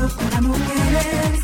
para mujeres.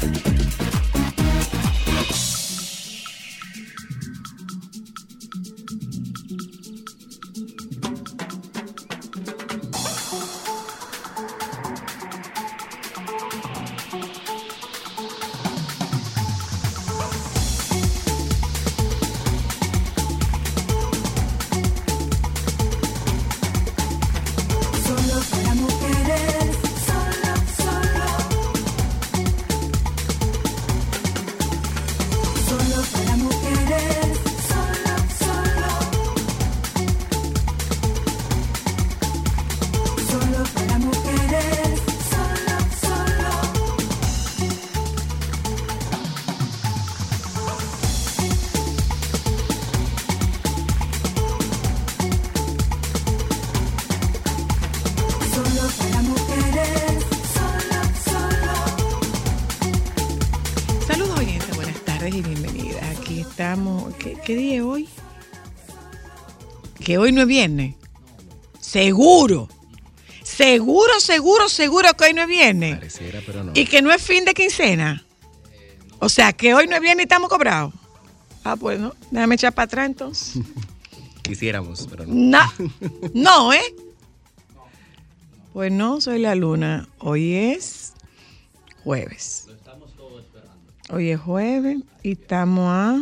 ¿Qué día es hoy? Que hoy no es viernes. Seguro que hoy no es viernes. Pareciera, pero no. Y que no es fin de quincena. O sea, que hoy no es viernes y estamos cobrados. Pues no, déjame echar para atrás entonces. Quisiéramos, pero no. No, ¿eh? Pues no, soy la luna. Hoy es jueves. Lo estamos todos esperando. Hoy es jueves y estamos a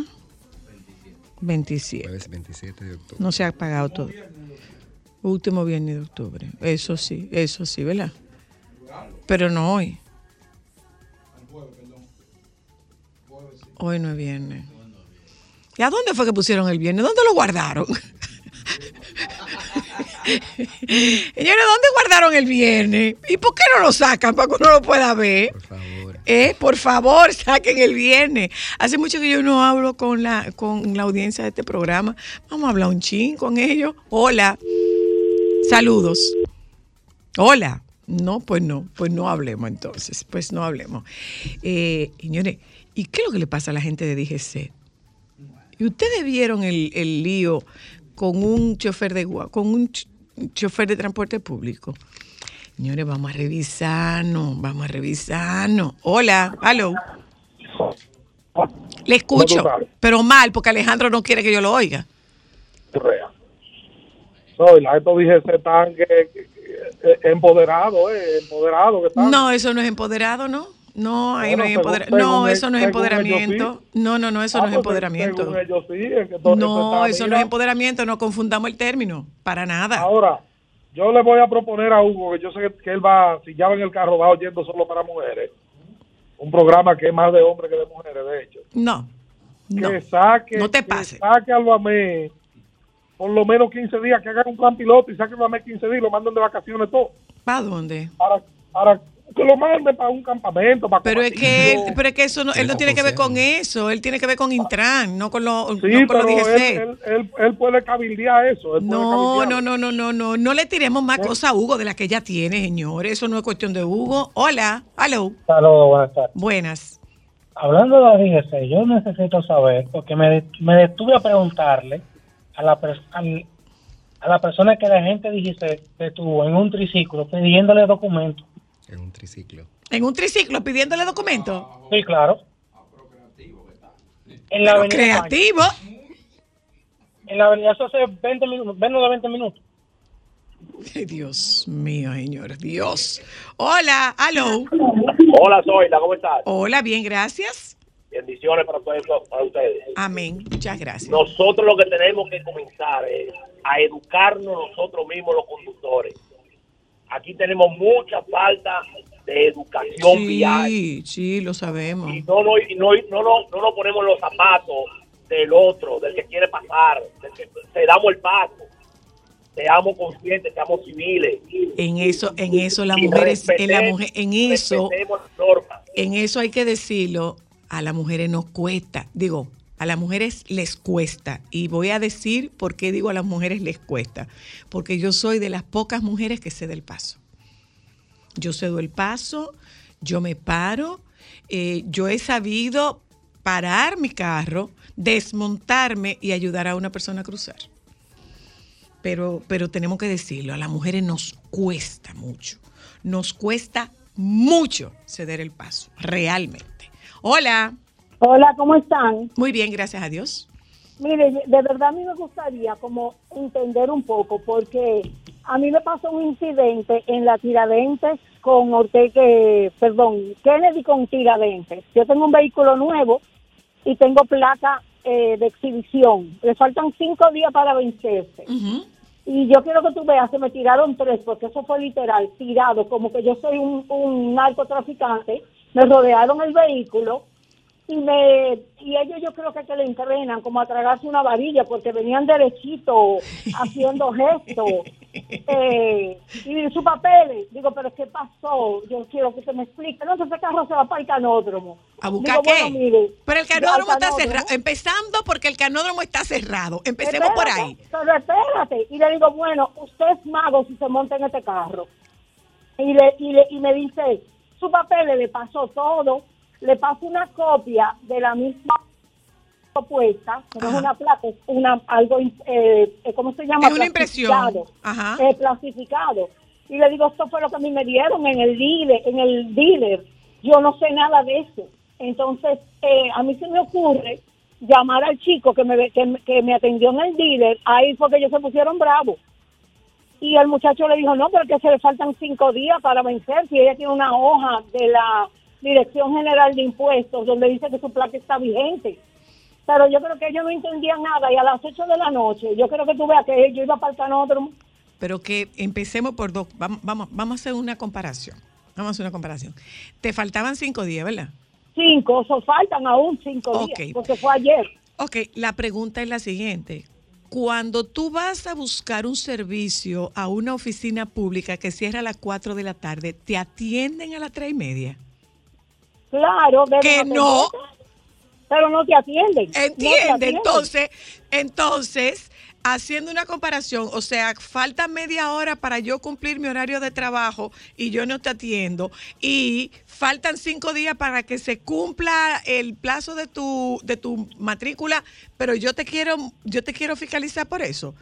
27. Jueves 27 de octubre. No se ha pagado todo. Último viernes de octubre. Eso sí, ¿verdad? Pero no hoy. Hoy no es viernes. ¿Y a dónde fue que pusieron el viernes? ¿Dónde lo guardaron? Señores, ¿dónde guardaron el viernes? ¿Y por qué no lo sacan para que uno lo pueda ver? Por favor. Por favor, saquen el viernes. Hace mucho que yo no hablo con la audiencia de este programa. Vamos a hablar un chin con ellos. Hola. Saludos. Hola. No, pues no hablemos entonces. Pues no hablemos. Señores, ¿y qué es lo que le pasa a la gente de DGC? ¿Y ustedes vieron el lío con un chofer de transporte público? Señores, vamos a revisarnos. Hola, hello. Le escucho, pero mal, porque Alejandro no quiere que yo lo oiga. No, y la gente dice están empoderado que están. No, eso no es empoderado, ¿no? No, ahí no hay empoderamiento. No, eso no es empoderamiento. No, eso no es empoderamiento. Según ellos sí, no, eso no es empoderamiento, no confundamos el término, para nada. Ahora, yo le voy a proponer a Hugo, que yo sé que él va, si ya va en el carro, va oyendo solo para mujeres, un programa que es más de hombres que de mujeres, de hecho. No te pases. Que saque al Bamé por lo menos 15 días, que hagan un plan piloto y saquen al Bamé 15 días y lo manden de vacaciones todo. ¿Para dónde? Para que lo manden para un campamento, para pero es que eso no, él no tiene que ver con eso, él tiene que ver con Intran, no con lo sí, no con pero lo DGC. Él puede cabildear eso. No le tiremos más cosas a Hugo de las que ya tiene, señores. Eso no es cuestión de Hugo. Hola, hello. Saludos, buenas tardes. Buenas. Hablando de la DGC, yo necesito saber, porque me detuve a preguntarle a la persona que la gente DGC detuvo en un triciclo pidiéndole documentos. En un triciclo. ¿En un triciclo pidiéndole documentos? Sí, claro. Creativo. En la avenida, eso hace 20 minutos, menos de 20 minutos. Ay, Dios mío, señores, Dios. Hola, hello. Hola, Zoila, ¿cómo estás? Hola, bien, gracias. Bendiciones para ustedes. Amén, muchas gracias. Nosotros lo que tenemos que comenzar es a educarnos nosotros mismos los conductores. Aquí tenemos mucha falta de educación vial. Sí, lo sabemos. Y no nos ponemos los zapatos del otro, del que quiere pasar, del que se damos el paso. Seamos conscientes, seamos civiles. En eso las mujeres, en eso hay que decirlo, a las mujeres nos cuesta, a las mujeres les cuesta. Y voy a decir por qué digo a las mujeres les cuesta. Porque yo soy de las pocas mujeres que cedo el paso. Yo cedo el paso, yo me paro, yo he sabido parar mi carro, desmontarme y ayudar a una persona a cruzar. Pero tenemos que decirlo, a las mujeres nos cuesta mucho, nos cuesta mucho ceder el paso, realmente. Hola. Hola, ¿cómo están? Muy bien, gracias a Dios. Mire, de verdad a mí me gustaría como entender un poco, porque a mí me pasó un incidente en la Tiradentes con Kennedy con Tiradentes. Yo tengo un vehículo nuevo y tengo placa de exhibición. Le faltan 5 días para vencerse. Uh-huh. Y yo quiero que tú veas, se me tiraron 3, porque eso fue literal, tirado, como que yo soy un narcotraficante. Me rodearon el vehículo. Y ellos yo creo que le entrenan como a tragarse una varilla porque venían derechito haciendo gestos y sus papeles. Digo, pero ¿qué pasó? Yo quiero que se me explique. No, ese carro se va para el canódromo. ¿A buscar digo, qué? Bueno, mire, pero el canódromo está cerrado. Empezando porque el canódromo está cerrado. Empecemos por ahí. Pero espérate. Y le digo, bueno, usted es mago si se monta en este carro. Y me dice, su papeles le pasó todo. Le paso una copia de la misma propuesta, que no es una placa, es algo, ¿cómo se llama? Es una impresión. Ajá. Plastificado. Y le digo, esto fue lo que a mí me dieron en el dealer. Yo no sé nada de eso. Entonces, a mí se me ocurre llamar al chico que me atendió en el dealer. Ahí fue que ellos se pusieron bravos. Y el muchacho le dijo, no, pero que se le faltan 5 días para vencer. Si ella tiene una hoja de la Dirección General de Impuestos, donde dice que su placa está vigente. Pero yo creo que ellos no entendían nada, y a las 8 de la noche, yo creo que tú veas que yo iba para el canódromo. Pero que empecemos por dos, vamos a hacer una comparación. Te faltaban 5 días, ¿verdad? 5, eso faltan aún 5 días, porque fue ayer. Ok, la pregunta es la siguiente. Cuando tú vas a buscar un servicio a una oficina pública que cierra a las 4 de la tarde, ¿te atienden a las 3:30? Claro, que no, pero no te atienden. Entiende, entonces, haciendo una comparación, o sea, falta media hora para yo cumplir mi horario de trabajo y yo no te atiendo, y faltan 5 días para que se cumpla el plazo de tu matrícula, pero yo te quiero fiscalizar por eso.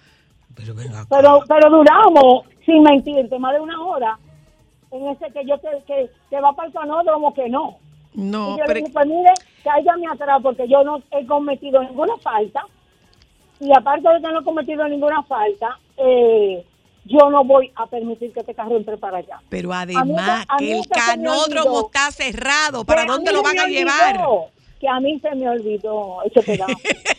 Pero duramos, sin mentirte, más de 1 hora en ese que yo que va para el canódromo, que no. No, y yo le dije, pues mire, cállame atrás porque yo no he cometido ninguna falta, y aparte de que no he cometido ninguna falta, yo no voy a permitir que este carro entre para allá. Pero además que el canódromo está cerrado, ¿para dónde lo van a llevar? Que a mí se me olvidó ese pedazo.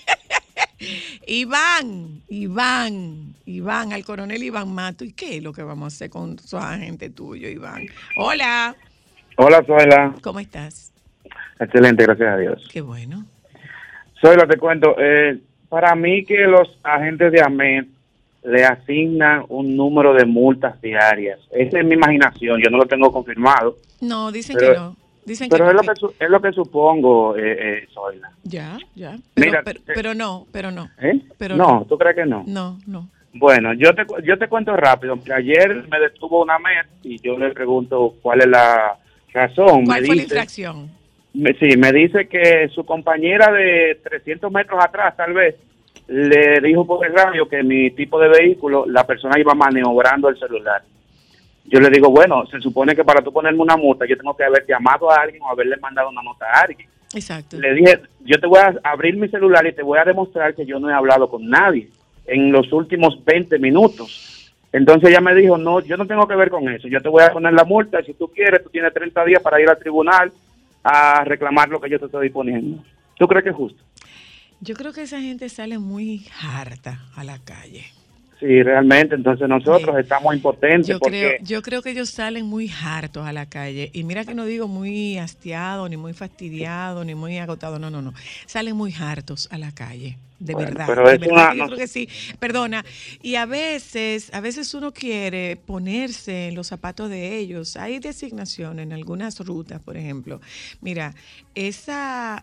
Iván, al coronel Iván Mato. ¿Y qué es lo que vamos a hacer con su agente tuyo, Iván? Hola. Hola, Zoila. ¿Cómo estás? Excelente, gracias a Dios. Qué bueno. Zoila, te cuento, para mí que los agentes de AMET le asignan un número de multas diarias. Esa es mi imaginación, yo no lo tengo confirmado. No, dicen que no. Dicen pero que es lo que supongo, Zoila. Ya. Pero no. ¿Eh? Pero no, ¿tú crees que no? No. Bueno, yo te cuento rápido. Ayer me detuvo una AMET y yo le pregunto cuál es la razón. ¿Cuál fue la infracción? Sí, me dice que su compañera de 300 metros atrás, tal vez, le dijo por el radio que mi tipo de vehículo, la persona iba maniobrando el celular. Yo le digo, bueno, se supone que para tú ponerme una multa, yo tengo que haber llamado a alguien o haberle mandado una nota a alguien. Exacto. Le dije, yo te voy a abrir mi celular y te voy a demostrar que yo no he hablado con nadie en los últimos 20 minutos. Entonces ella me dijo, no, yo no tengo que ver con eso, yo te voy a poner la multa, si tú quieres, tú tienes 30 días para ir al tribunal a reclamar lo que yo te estoy poniendo. ¿Tú crees que es justo? Yo creo que esa gente sale muy harta a la calle. Sí, realmente, entonces nosotros estamos impotentes. Yo creo que ellos salen muy hartos a la calle. Y mira que no digo muy hastiado, ni muy fastidiado, ni muy agotado. No. Salen muy hartos a la calle. De verdad. Pero de verdad que yo creo que sí. Perdona. Y a veces uno quiere ponerse en los zapatos de ellos. Hay designaciones en algunas rutas, por ejemplo. Mira, esa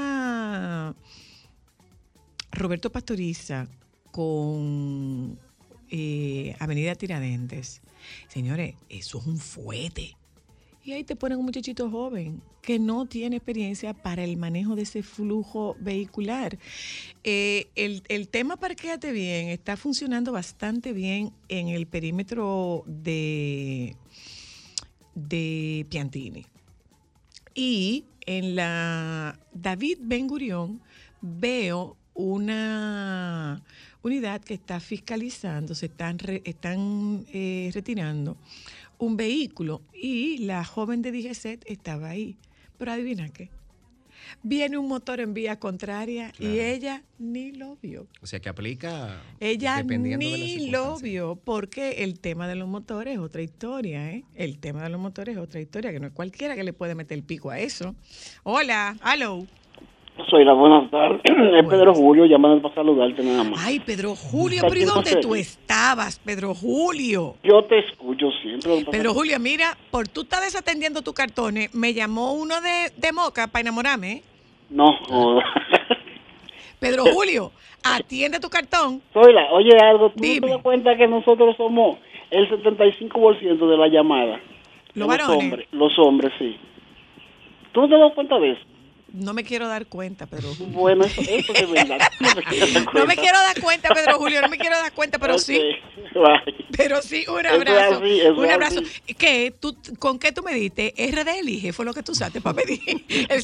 Roberto Pastoriza con Avenida Tiradentes. Señores, eso es un fuete. Y ahí te ponen un muchachito joven que no tiene experiencia para el manejo de ese flujo vehicular. El tema Parquéate Bien está funcionando bastante bien en el perímetro de de Piantini. Y en la David Ben Gurión veo una unidad que está fiscalizando, están retirando un vehículo y la joven de DGCET estaba ahí. Pero adivina qué. Viene un motor en vía contraria y ella ni lo vio. O sea que aplica Ella dependiendo de las ni lo circunstancias. vio porque el tema de los motores es otra historia, ¿eh? El tema de los motores es otra historia, que no es cualquiera que le puede meter el pico a eso. Hola, hello. Soy la buenas tardes. Es Pedro Julio llamando para saludarte nada más. Ay, Pedro Julio, pero ¿y dónde tú estabas, Pedro Julio? Yo te escucho siempre. Pedro Julio, mira, por tú estás desatendiendo tus cartones, me llamó uno de Moca para enamorarme, ¿eh? No, joda. Pedro Julio, atiende tu cartón. Soyla, oye algo, ¿tú Dime. no te das cuenta que nosotros somos el 75% de la llamada? ¿Los varones? Los hombres, sí. ¿Tú no te das cuenta de eso? No me quiero dar cuenta, Pedro Julio. Bueno, eso es verdad. No me quiero dar cuenta, Pedro Julio, no me quiero dar cuenta, pero sí. Bye. Pero sí, un Eso es abrazo. así, eso Un es abrazo. así. ¿Qué? ¿Con qué tú me diste? RD Elige fue lo que tú usaste para pedir. El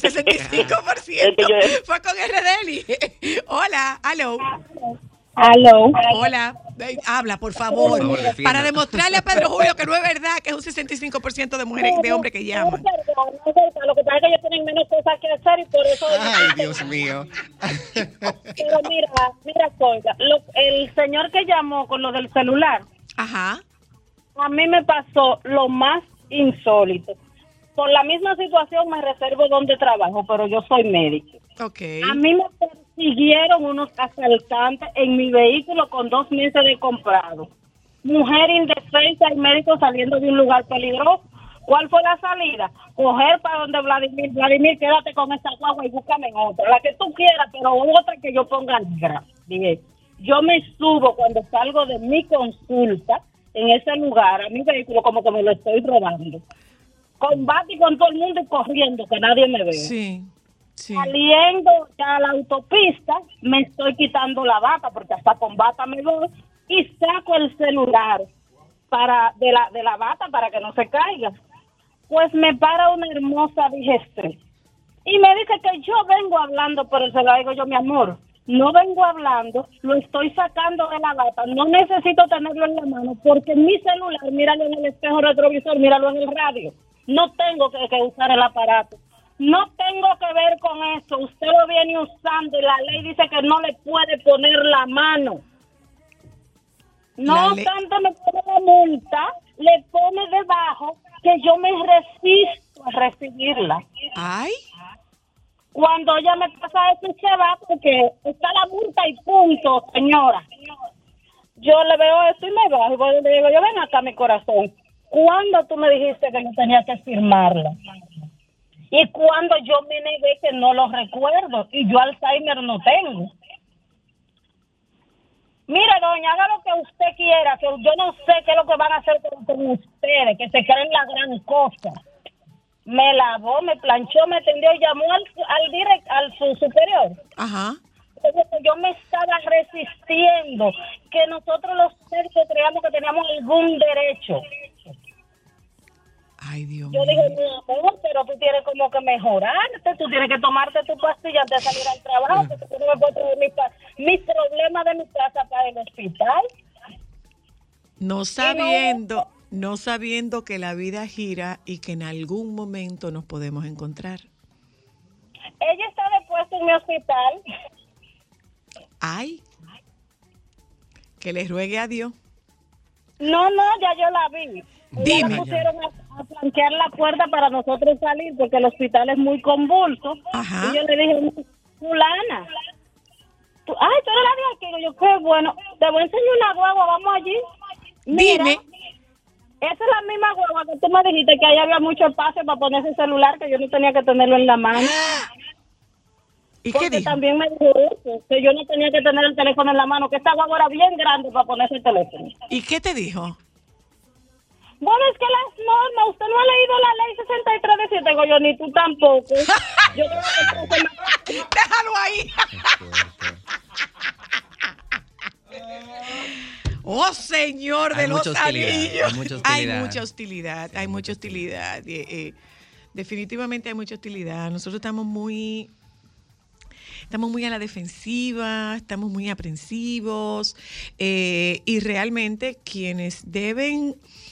65% fue con RD Elige. Hola, hello. Aló. Hola. Habla, por favor. Para demostrarle a Pedro Julio que no es verdad que es un 65% de mujeres, de hombres que llaman. Lo que pasa es que ellos tienen menos cosas que hacer y por eso... Ay, Dios mío. Pero mira, Olga, el señor que llamó con lo del celular, Ajá. a mí me pasó lo más insólito. Por la misma situación me reservo donde trabajo, pero yo soy médico. Ok. A mí me persiguieron unos asaltantes en mi vehículo con 2 meses de comprado. Mujer indefensa y médico saliendo de un lugar peligroso. ¿Cuál fue la salida? Coger para donde Vladimir. Vladimir, quédate con esa guagua y búscame otra. La que tú quieras, pero otra que yo ponga negra. Dije, yo me subo cuando salgo de mi consulta en ese lugar a mi vehículo como que me lo estoy robando. Combate con todo el mundo y corriendo, que nadie me vea. Sí. Sí. Saliendo ya a la autopista, me estoy quitando la bata, porque hasta con bata me voy, y saco el celular de la bata para que no se caiga. Pues me para una hermosa Digestre y me dice que yo vengo hablando por el celular. Digo yo, mi amor, no vengo hablando, lo estoy sacando de la bata, no necesito tenerlo en la mano, porque mi celular, míralo en el espejo retrovisor, míralo en el radio, no tengo que usar el aparato. No tengo que ver con eso. Usted lo viene usando y la ley dice que no le puede poner la mano. No obstante, me pone la multa, le pone debajo que yo me resisto a recibirla. Ay. Cuando ella me pasa eso, se va porque está la multa y punto, señora. Yo le veo eso y me bajo y le digo, yo ven acá, mi corazón. ¿Cuándo tú me dijiste que no tenía que firmarla? Y cuando yo me negué que no lo recuerdo y yo Alzheimer no tengo. Mire, doña, haga lo que usted quiera, que yo no sé qué es lo que van a hacer con ustedes, que se creen la gran cosa. Me lavó, me planchó, me tendió y llamó al su superior. Ajá. Entonces, yo me estaba resistiendo, que nosotros los médicos creíamos que teníamos algún derecho. Ay, Dios Yo mío. dije, mi amor, pero tú tienes como que mejorarte, tú tienes que tomarte tu pastilla antes de salir al trabajo, porque tú no me puedes traer mis problemas de mi casa para el hospital. No sabiendo que la vida gira y que en algún momento nos podemos encontrar. Ella está depuesta en mi hospital. Ay, que le ruegue a Dios. No, ya yo la vi. Dime. Me pusieron a flanquear la puerta para nosotros salir porque el hospital es muy convulso. Ajá. Y yo le dije, fulana, tú eres la de aquí. Yo, qué bueno, te voy a enseñar una guagua, vamos allí. Mira, Dime. esa es la misma guagua que tú me dijiste que ahí había mucho espacio para poner ese celular, que yo no tenía que tenerlo en la mano. ¿Y porque qué dijo? también me dijo eso, que yo no tenía que tener el teléfono en la mano, que esta guagua era bien grande para poner ese teléfono. ¿Y qué te dijo? Bueno, es que las normas, usted no ha leído la ley 63 de 7, digo yo, ni tú tampoco. Yo creo que Déjalo ahí. ¡Oh, señor de Hay los mucha hostilidad, anillos! hay mucha hostilidad. Hay mucha hostilidad. Definitivamente hay mucha hostilidad. Nosotros estamos muy a la defensiva, estamos muy aprensivos y realmente quienes deben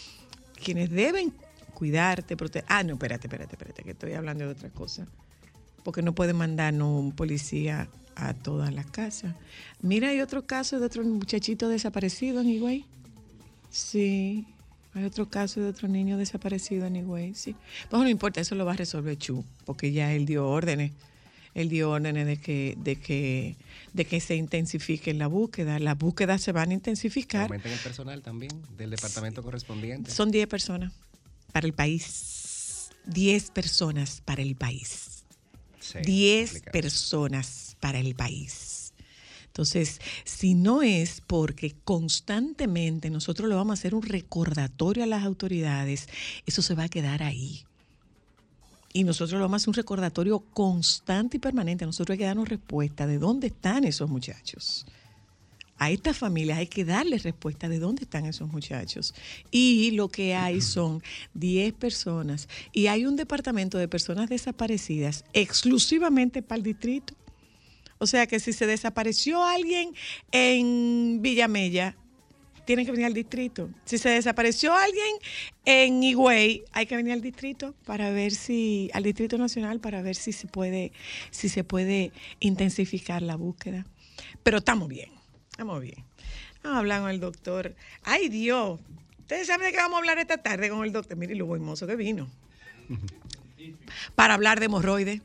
cuidarte, proteger. No, espérate, que estoy hablando de otra cosa. Porque no pueden mandarnos un policía a todas las casas. Mira, hay otro caso de otro muchachito desaparecido en Higüey. Sí, hay otro caso de otro niño desaparecido en Higüey, sí. Pues no importa, eso lo va a resolver Chu, porque ya él dio órdenes. Él dio órdenes de que se intensifique la búsqueda. Las búsquedas se van a intensificar. Aumenten el personal también del departamento correspondiente. Son 10 personas para el país. 10 personas para el país. Sí, 10 complicado. personas para el país. Entonces, si no es porque constantemente nosotros le vamos a hacer un recordatorio a las autoridades, eso se va a quedar ahí. Y nosotros le vamos a hacer un recordatorio constante y permanente. Nosotros hay que darnos respuesta de dónde están esos muchachos. A estas familias hay que darles respuesta de dónde están esos muchachos. Y lo que hay son 10 personas. Y hay un departamento de personas desaparecidas exclusivamente para el distrito. O sea que si se desapareció alguien en Villamella, tienen que venir al distrito. Si se desapareció alguien en Higüey, hay que venir al distrito al Distrito Nacional para ver si se puede intensificar la búsqueda. Pero estamos bien. Vamos a hablar con el doctor. ¡Ay, Dios! ¿Ustedes saben de qué vamos a hablar esta tarde con el doctor? Mire lo buen mozo que vino. Para hablar de hemorroides.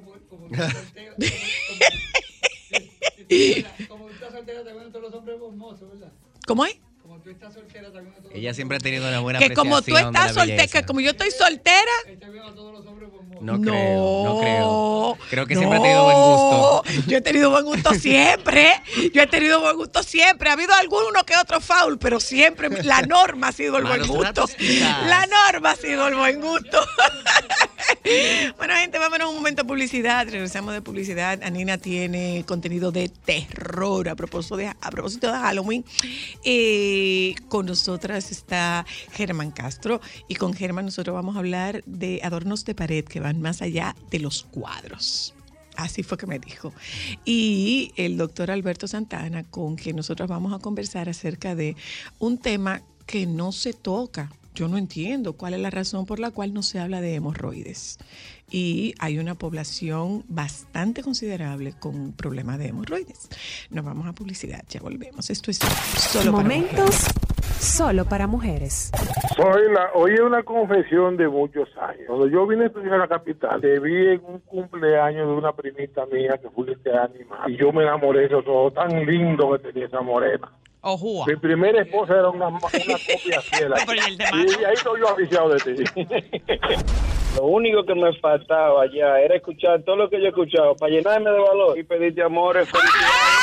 Como tú estás soltera, también todos los hombres hermosos, ¿verdad? ¿Cómo es? Como tú estás soltera, también todos Ella siempre ha tenido una buena que como tú apreciación de estás la soltera, belleza. que como yo estoy soltera. Está viendo a todos los hombres hermosos. No creo. Creo que siempre ha tenido buen gusto. Yo he tenido buen gusto siempre. Ha habido alguno que otro foul, pero siempre la norma ha sido el buen gusto. La norma ha sido el buen gusto. Bueno, gente, vámonos a un momento de publicidad. Regresamos de publicidad. Anina tiene contenido de terror a propósito de Halloween. Con nosotras está Germán Castro. Y con Germán nosotros vamos a hablar de adornos de pared que van más allá de los cuadros. Así fue que me dijo. Y el doctor Alberto Santana, con quien nosotros vamos a conversar acerca de un tema que no se toca. Yo no entiendo cuál es la razón por la cual no se habla de hemorroides. Y hay una población bastante considerable con problemas de hemorroides. Nos vamos a publicidad, ya volvemos. Esto es Solo Momentos Solo para Mujeres. Hoy es una confesión de muchos años. Cuando yo vine a estudiar a la capital, te vi en un cumpleaños de una primita mía que fue este animal. Y yo me enamoré de eso todo, tan lindo que tenía esa morena. Ojúa. Mi primera esposa era una copia fiel. Y ahí estoy yo avisado de ti. Lo único que me faltaba ya era escuchar todo lo que yo he escuchado para llenarme de valor y pedirte amores, felicidades.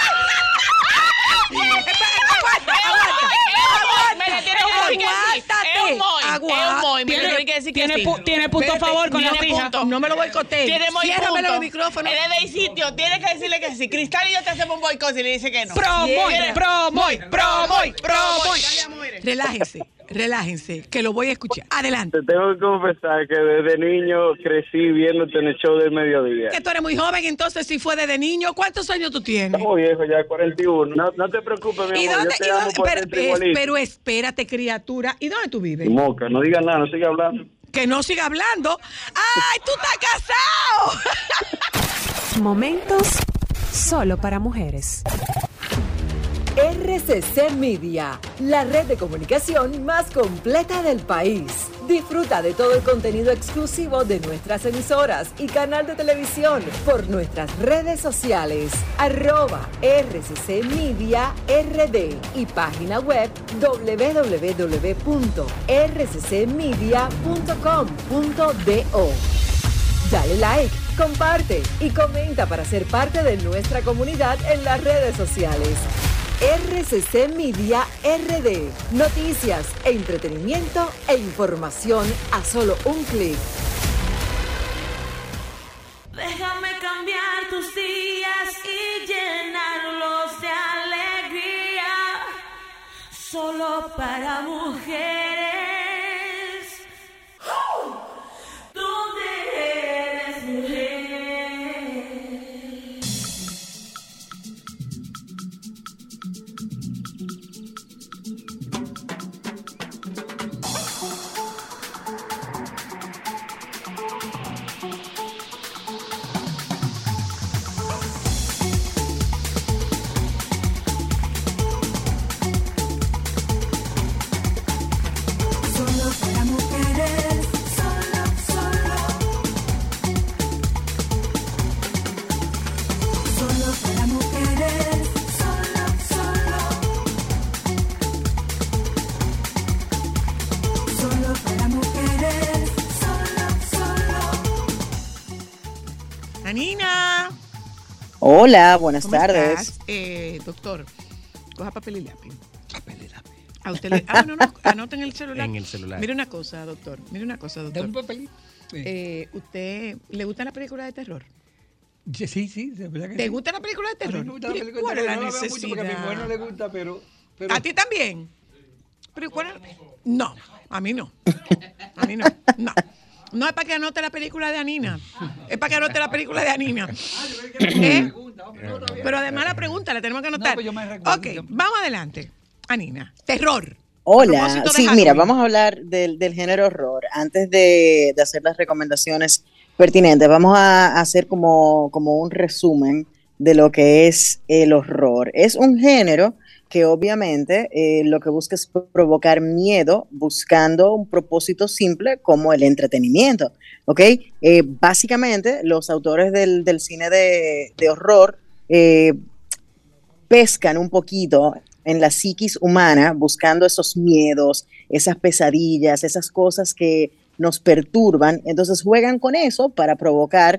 Tiene punto a favor con la fija. No me lo boicotees. Ciérramelo el micrófono. Él es del sitio. Tiene que decirle que sí. Cristal y yo te hacemos un boicot y le dice que no. Promoy. Relájense, que lo voy a escuchar. Adelante. Te tengo que confesar que desde niño crecí viéndote en el show del mediodía. Que tú eres muy joven, entonces si fue desde niño, ¿cuántos años tú tienes? Estamos viejos ya, 41. No te preocupes, mi amor, yo te amo por dentro igualito. Pero espérate, criatura. ¿Y dónde tú vives? Moca, no digas nada, no sigas hablando. Que no siga hablando. ¡Ay, tú estás casado! Momentos Solo para Mujeres. RCC Media, la red de comunicación más completa del país. Disfruta de todo el contenido exclusivo de nuestras emisoras y canal de televisión por nuestras redes sociales, @RCC Media RD y página web www.rccmedia.com.do. Dale like, comparte y comenta para ser parte de nuestra comunidad en las redes sociales. RCC Media RD. Noticias, entretenimiento e información a solo un clic. Déjame cambiar tus días y llenarlos de alegría. solo para mujeres. ¿Dónde eres mujer? Solo para mujeres, solo, solo. Solo para mujeres, solo, solo. Solo para mujeres, solo, solo. Anina. Hola, buenas ¿Cómo tardes. estás? Doctor, coja papel y lápiz. A usted le, no, anota en el celular. En el celular. Mire una cosa, doctor. Da un papelito. Sí. ¿Usted le gusta la película de terror? Sí, de verdad que ¿Te sí. gusta la película de A mí terror? me gusta la película de ¿Cuál es terror. la No la veo mucho porque a mi necesidad? mujer no le gusta, pero ¿A ti también? ¿Pero cuál es? No, a mí no. A mí no. No. No es para que anote la película de Anina. Es para que anote la película de Anina. Pero además la pregunta la tenemos que anotar. pues yo me recuerdo. Ok, vamos adelante. Anina, terror. Hola, propósito de sí, Halloween. mira, vamos a hablar del género horror. Antes de hacer las recomendaciones pertinentes, vamos a hacer como un resumen de lo que es el horror. Es un género que obviamente lo que busca es provocar miedo buscando un propósito simple como el entretenimiento, ¿ok? Básicamente, los autores del cine de horror pescan un poquito en la psiquis humana, buscando esos miedos, esas pesadillas, esas cosas que nos perturban. Entonces juegan con eso para provocar,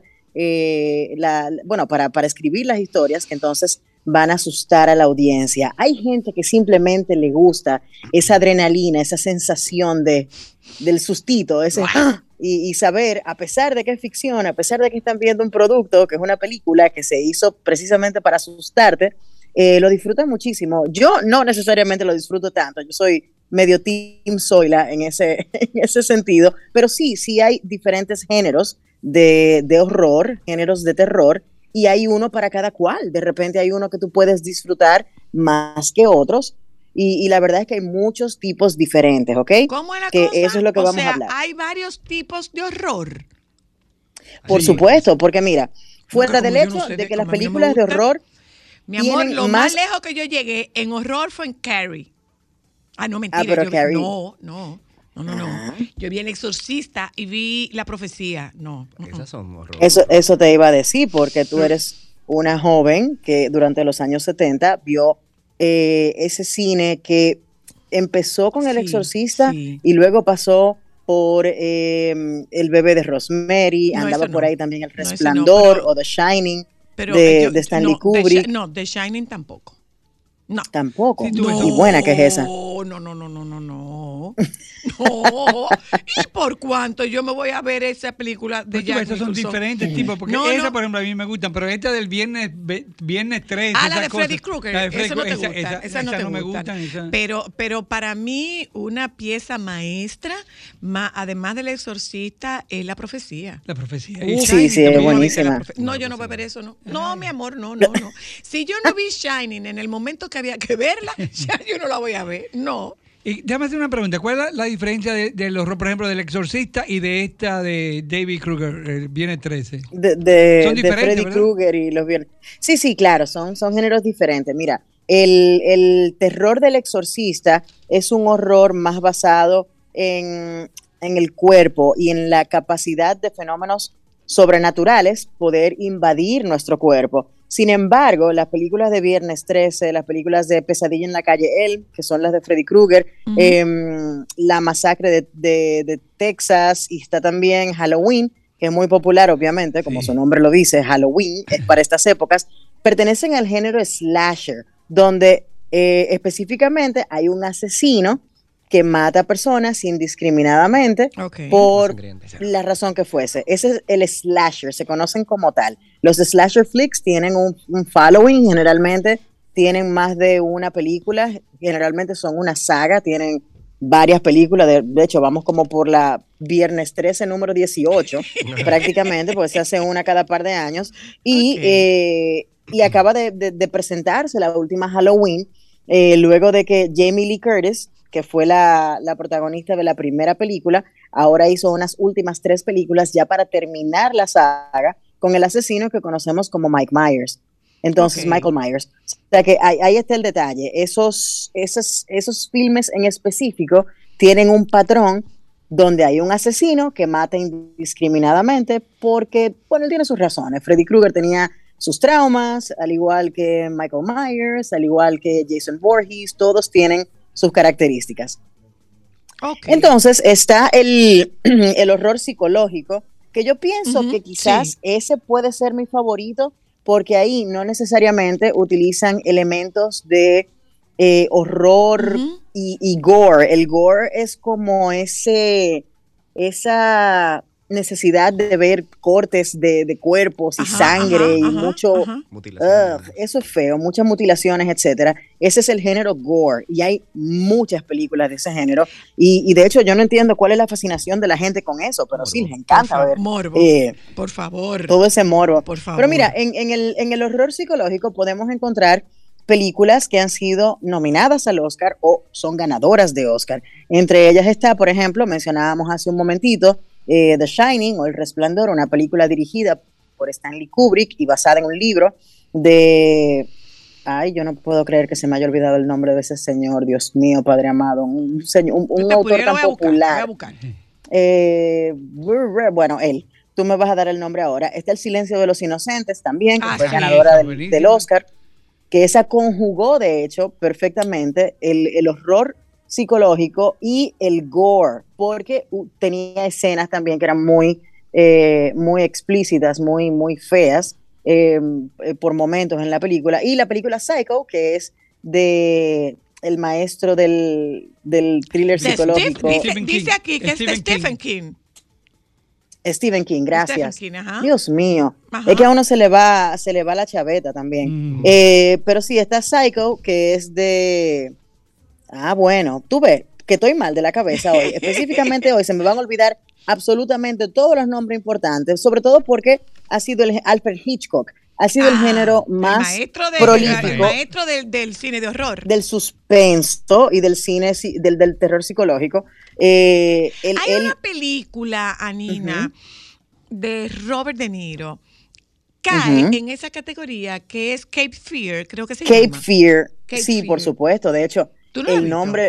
para escribir las historias que entonces van a asustar a la audiencia. Hay gente que simplemente le gusta esa adrenalina, esa sensación del sustito, ese y saber, a pesar de que es ficción, a pesar de que están viendo un producto, que es una película que se hizo precisamente para asustarte, lo disfrutan muchísimo. Yo no necesariamente lo disfruto tanto, yo soy medio team Zoila en ese sentido, pero sí hay diferentes géneros de horror, géneros de terror, y hay uno para cada cual. De repente hay uno que tú puedes disfrutar más que otros, y la verdad es que hay muchos tipos diferentes, ¿ok? ¿Cómo es la que cosa? eso es lo que vamos a hablar. Hay varios tipos de horror. Por supuesto, porque mira, fuera del hecho de que las películas de horror Mi amor, tienen lo más lejos que yo llegué en horror fue en Carrie. Ah, no, mentira. pero Carrie. No. Yo vi El Exorcista y vi La Profecía. No. Esas son horrores. Eso te iba a decir, porque tú eres una joven que durante los años 70 vio ese cine que empezó con El Exorcista y luego pasó por El bebé de Rosemary, No, andaba eso por no. ahí también El No, eso no, Resplandor pero- o The Shining Pero de Stanley Kubrick. The Shining tampoco. No. Tampoco. No. Y buena que es esa. No. ¿Y por cuánto yo me voy a ver esa película de Pues tú Jack ves, esos son Nicholson? diferentes tipos, porque No, esa, no. por ejemplo, a mí me gustan, pero esta del viernes 13. Ah, la esas de Freddy cosas, Krueger, la de Freddy eso no te Krueger, gusta, esas no te me gustan. gustan. Esa. Pero para mí una pieza maestra, además del Exorcista, es La Profecía. La Profecía. Sí, es buenísima. No, yo no voy a ver eso, no. No, mi amor, no. Si yo no vi Shining en el momento que había que verla, ya yo no la voy a ver, no. Y déjame hacer una pregunta. ¿Cuál es la diferencia del horror, por ejemplo, del Exorcista y de esta de David Kruger, el Viernes 13? Son diferentes, Freddy ¿verdad? Krueger y los viernes. Sí, claro, son géneros diferentes. Mira, el terror del Exorcista es un horror más basado en el cuerpo y en la capacidad de fenómenos sobrenaturales poder invadir nuestro cuerpo. Sin embargo, las películas de Viernes 13, las películas de Pesadilla en la calle Elm, que son las de Freddy Krueger, La masacre de Texas, y está también Halloween, que es muy popular, obviamente, como su nombre lo dice, Halloween, es para estas épocas, pertenecen al género slasher, donde específicamente hay un asesino que mata a personas indiscriminadamente por la razón que fuese. Ese es el slasher, se conocen como tal. Los slasher flicks tienen un following generalmente tienen más de una película, generalmente son una saga, tienen varias películas, de hecho vamos como por la Viernes 13 número 18, prácticamente, porque se hace una cada par de años, y acaba de presentarse la última Halloween, luego de que Jamie Lee Curtis, que fue la protagonista de la primera película, ahora hizo unas últimas 3 películas ya para terminar la saga con el asesino que conocemos como Mike Myers. Entonces, Michael Myers. O sea que ahí está el detalle. Esos filmes en específico tienen un patrón donde hay un asesino que mata indiscriminadamente porque, bueno, él tiene sus razones. Freddy Krueger tenía sus traumas, al igual que Michael Myers, al igual que Jason Voorhees, todos tienen sus características. Entonces está el horror psicológico, que yo pienso que quizás ese puede ser mi favorito, porque ahí no necesariamente utilizan elementos de horror y gore. El gore es como esa necesidad de ver cortes de cuerpos y sangre y mucho... eso es feo, muchas mutilaciones, etcétera. Ese es el género gore y hay muchas películas de ese género y de hecho yo no entiendo cuál es la fascinación de la gente con eso, pero sí, les encanta ver. Morbo, por favor. Todo ese morbo. Por favor. Pero mira, en el horror psicológico podemos encontrar películas que han sido nominadas al Oscar o son ganadoras de Oscar. Entre ellas está, por ejemplo, mencionábamos hace un momentito, The Shining o El Resplandor, una película dirigida por Stanley Kubrick y basada en un libro de... Ay, yo no puedo creer que se me haya olvidado el nombre de ese señor, Dios mío, Padre amado, un autor tan popular. Bueno, él. Tú me vas a dar el nombre ahora. Está El Silencio de los Inocentes también, que fue ganadora del Oscar, que esa conjugó, de hecho, perfectamente el horror psicológico y el gore, porque tenía escenas también que eran muy explícitas, muy feas por momentos en la película. Y la película Psycho, que es de el maestro del thriller psicológico. Dice aquí que es de Stephen King. Stephen King, gracias. Stephen King, ajá. Dios mío. Ajá. Es que a uno se le va la chaveta también. Pero sí, está Psycho, que es de... bueno, tú ves que estoy mal de la cabeza hoy. Específicamente hoy se me van a olvidar absolutamente todos los nombres importantes, sobre todo porque ha sido el Alfred Hitchcock. Ha sido el género más prolífico. El maestro del cine de horror. Del suspenso y del cine, del terror psicológico. Hay una película, Anina, de Robert De Niro, cae en esa categoría que es Cape Fear, creo que se llama. Cape Fear, sí, por supuesto. De hecho, el nombre...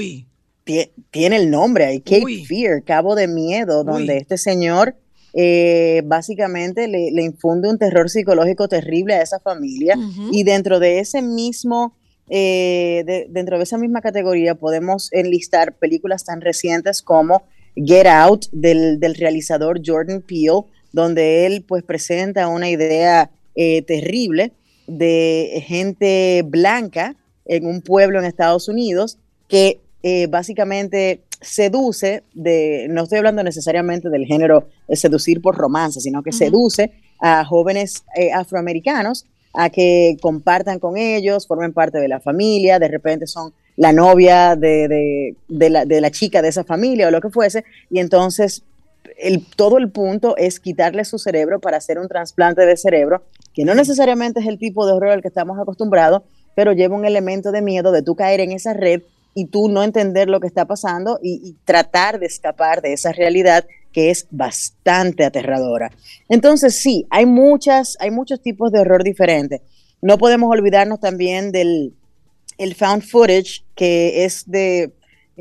tiene el nombre ahí, Cape Fear, Cabo de Miedo, donde este señor... básicamente le infunde un terror psicológico terrible a esa familia y dentro de ese mismo dentro de esa misma categoría podemos enlistar películas tan recientes como Get Out del realizador Jordan Peele, donde él pues presenta una idea terrible de gente blanca en un pueblo en Estados Unidos que básicamente seduce, no estoy hablando necesariamente del género seducir por romance, sino que seduce a jóvenes afroamericanos a que compartan con ellos, formen parte de la familia, de repente son la novia de la chica de esa familia o lo que fuese, y entonces todo el punto es quitarle su cerebro para hacer un trasplante de cerebro, que no necesariamente es el tipo de horror al que estamos acostumbrados, pero lleva un elemento de miedo de tú caer en esa red y tú no entender lo que está pasando y tratar de escapar de esa realidad que es bastante aterradora. Entonces sí, hay muchos tipos de horror diferentes. No podemos olvidarnos también del found footage, que es de,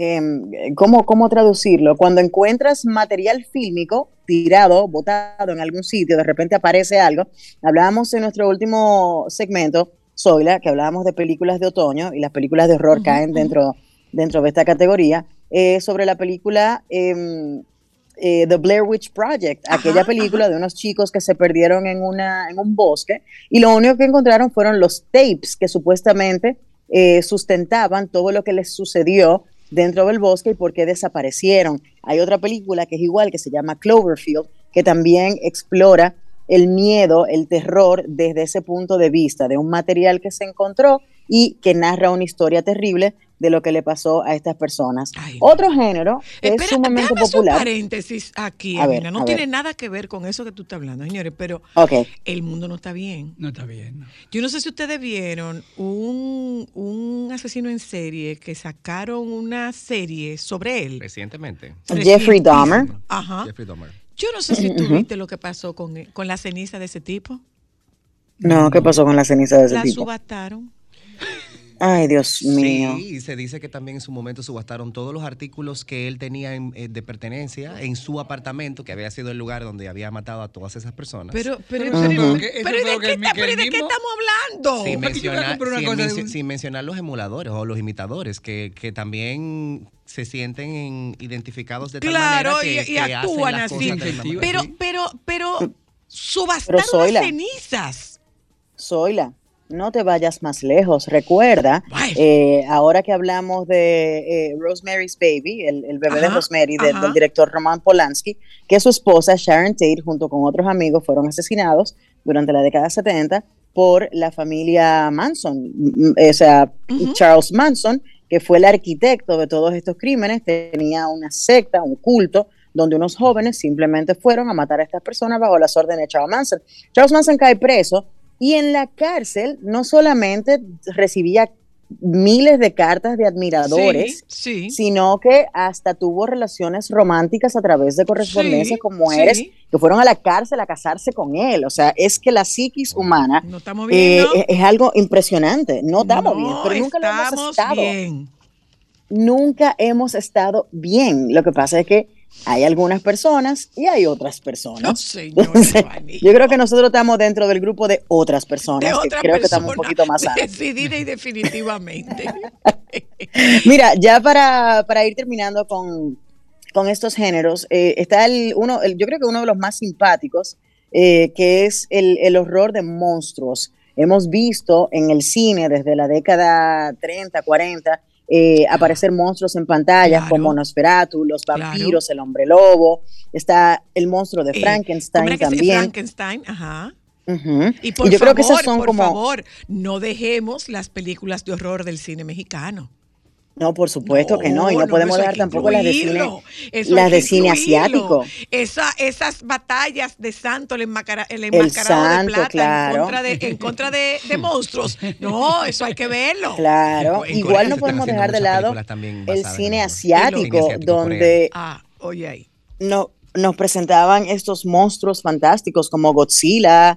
¿cómo traducirlo? Cuando encuentras material fílmico tirado, botado en algún sitio, de repente aparece algo. Hablábamos en nuestro último segmento, Zoila, que hablábamos de películas de otoño y las películas de horror caen dentro de esta categoría, sobre la película The Blair Witch Project, aquella película de unos chicos que se perdieron en un bosque y lo único que encontraron fueron los tapes que supuestamente sustentaban todo lo que les sucedió dentro del bosque y por qué desaparecieron. Hay otra película que es igual, que se llama Cloverfield, que también explora el miedo, el terror desde ese punto de vista, de un material que se encontró y que narra una historia terrible de lo que le pasó a estas personas. Otro género que es sumamente déjame hacer un popular. paréntesis aquí, A ver, Emina. No a tiene ver. nada que ver con eso que tú estás hablando, señores, pero Ok. el mundo no está bien. No está bien. No. Yo no sé si ustedes vieron un asesino en serie que sacaron una serie sobre él. Recientemente. Jeffrey Dahmer. Ajá. Jeffrey Dahmer. Yo no sé si tú Ujú. viste lo que pasó con la ceniza de ese tipo. No, ¿qué pasó con la ceniza de ese La tipo? subastaron. Ay, Dios mío. Sí, y se dice que también en su momento subastaron todos los artículos que él tenía de pertenencia en su apartamento, que había sido el lugar donde había matado a todas esas personas. Pero Ujú. ¿y de qué estamos hablando? Sin Pero yo voy a mencionar, comprar una sin cosa de mencio- un- sin mencionar los emuladores o los imitadores que también se sienten identificados de tal Claro, manera que y hacen actúan las así. cosas de la misma manera. Pero subastaron Zoila. las cenizas. Zoila, no te vayas más lejos. Recuerda, ahora que hablamos de Rosemary's Baby, el bebé de Ajá, Rosemary, ajá. del director Roman Polanski, que su esposa Sharon Tate, junto con otros amigos, fueron asesinados durante la década 70 por la familia Manson, o sea, Charles Manson, que fue el arquitecto de todos estos crímenes, tenía una secta, un culto, donde unos jóvenes simplemente fueron a matar a estas personas bajo las órdenes de Charles Manson. Charles Manson cae preso y en la cárcel no solamente recibía miles de cartas de admiradores, sino que hasta tuvo relaciones románticas a través de correspondencia con mujeres que fueron a la cárcel a casarse con él. O sea, es que la psiquis humana No estamos bien, ¿no? es algo impresionante. No estamos bien, pero nunca lo hemos estamos estado. bien. Nunca hemos estado bien. Lo que pasa es que hay algunas personas y hay otras personas. No, señor, Entonces, yo creo que nosotros estamos dentro del grupo de otras personas, De que otra creo que estamos un persona, poquito más sanos. decidida y definitivamente. Mira, ya para ir terminando con estos géneros, está yo creo que uno de los más simpáticos, que es el horror de monstruos. Hemos visto en el cine desde la década 30, 40, aparecer monstruos en pantallas como Nosferatu, los vampiros, el hombre lobo, está el monstruo de Frankenstein ¿cómo era que se- también. Frankenstein, ajá. Ujú. Y por yo favor, creo que esas son por como... favor, no dejemos las películas de horror del cine mexicano. No, por supuesto que no, y no podemos eso hay dejar que tampoco las de cine, incluirlo, eso las hay de que cine incluirlo. asiático. Esas batallas de santo, el enmascarado santo, de plata claro. en contra de monstruos. No, eso hay que verlo. Claro, igual no podemos dejar de lado el cine asiático, donde oye ahí. nos presentaban estos monstruos fantásticos como Godzilla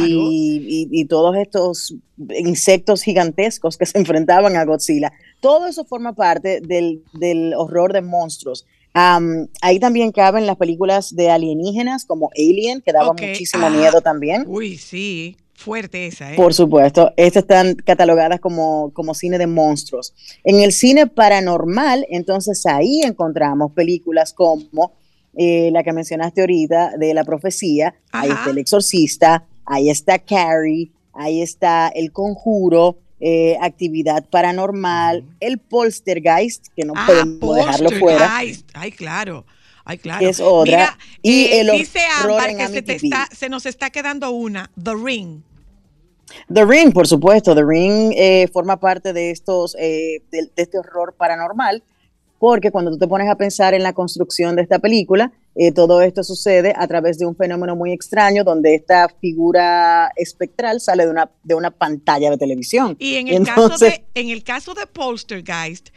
y todos estos insectos gigantescos que se enfrentaban a Godzilla. Todo eso forma parte del horror de monstruos. Ahí también caben las películas de alienígenas como Alien, que daban muchísimo miedo también. Uy, sí, fuerte esa, ¿eh? Por supuesto, estas están catalogadas como cine de monstruos. En el cine paranormal, entonces ahí encontramos películas como la que mencionaste ahorita, de La Profecía, ahí está El Exorcista, ahí está Carrie, ahí está El Conjuro, Actividad Paranormal, el Poltergeist, que no podemos dejarlo fuera. Ay, claro. Ay, claro. Que es otra. Mira, Y el dice horror Ámbar en que Amityville. se nos está quedando una, The Ring. The Ring, por supuesto. The Ring forma parte de de este horror paranormal, porque cuando tú te pones a pensar en la construcción de esta película, todo esto sucede a través de un fenómeno muy extraño donde esta figura espectral sale de una pantalla de televisión. Y en el caso de Poltergeist,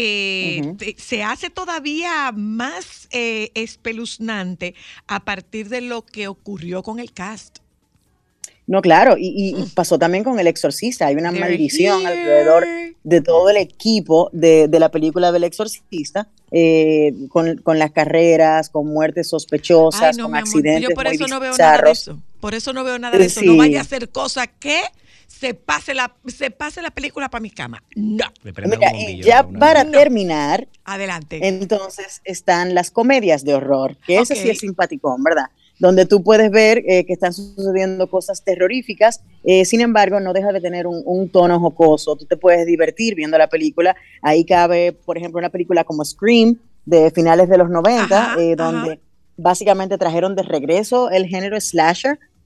se hace todavía más espeluznante a partir de lo que ocurrió con el cast. No, claro, y pasó también con El Exorcista. Hay una They're maldición here. alrededor de todo el equipo de la película del Exorcista, con las carreras, con muertes sospechosas, Ay, no, con mi amor, accidentes yo por muy eso no veo nada de bizarros. eso. Por eso no veo nada de eso. Sí. No vaya a hacer cosa que se pase la película para mi cama. No. Mira, y ya para terminar, adelante. Entonces están las comedias de horror, que ese sí es simpaticón, ¿verdad? Donde tú puedes ver que están sucediendo cosas terroríficas, sin embargo no deja de tener un tono jocoso. Tú te puedes divertir viendo la película. Ahí cabe, por ejemplo, una película como Scream, de finales de los 90, donde básicamente trajeron de regreso el género slasher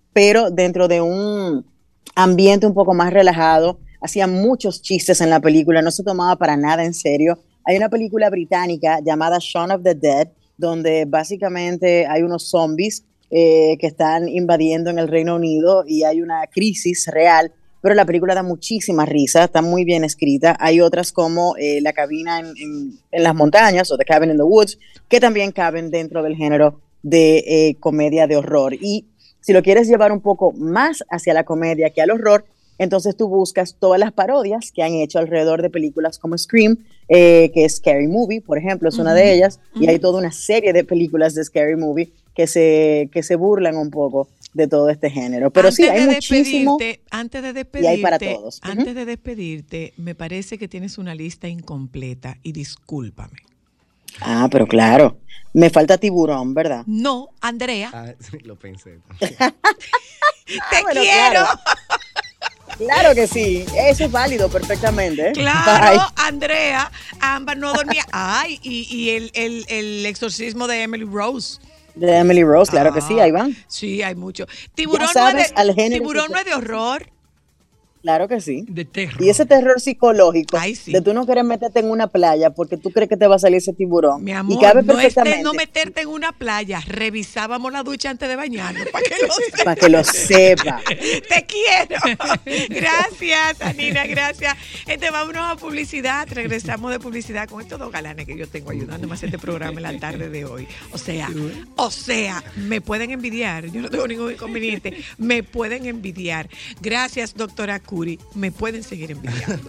pero dentro de un ambiente un poco más relajado. Hacía muchos chistes en la película, no se tomaba para nada en serio. Hay una película británica llamada Shaun of the Dead, donde básicamente hay unos zombies que están invadiendo en el Reino Unido y hay una crisis real, pero la película da muchísima risa, está muy bien escrita. Hay otras como La cabina en las montañas o The Cabin in the Woods, que también caben dentro del género de comedia de horror. Y si lo quieres llevar un poco más hacia la comedia que al horror, entonces tú buscas todas las parodias que han hecho alrededor de películas como Scream, que es Scary Movie, por ejemplo, es una de ellas, y hay toda una serie de películas de Scary Movie que se burlan un poco de todo este género. Pero sí, hay muchísimo antes de despedirte, y hay para todos. Antes de despedirte, me parece que tienes una lista incompleta y discúlpame. Ah, pero claro, me falta Tiburón, ¿verdad? No, Andrea. Ah, sí, lo pensé. Te bueno, quiero. Claro que sí, eso es válido perfectamente. Claro, Bye. Andrea, Ámbar no dormía. Ay, y el exorcismo de Emily Rose. De Emily Rose, claro que sí, ahí van. Sí, hay mucho. Tiburón, Ya sabes, al género Tiburón no es de horror. Claro que sí. De terror. Y ese terror psicológico sí. de tú no querer meterte en una playa porque tú crees que te va a salir ese tiburón. Mi amor, y cabe no es de perfectamente. no meterte en una playa. Revisábamos la ducha antes de bañarnos para que lo sepa. Para que lo sepa. Te quiero. Gracias, Anina, gracias. Vámonos a publicidad. Regresamos de publicidad con estos dos galanes que yo tengo ayudándome a hacer este programa en la tarde de hoy. O sea, me pueden envidiar. Yo no tengo ningún inconveniente. Me pueden envidiar. Gracias, doctora Curi. Me pueden seguir envidiando.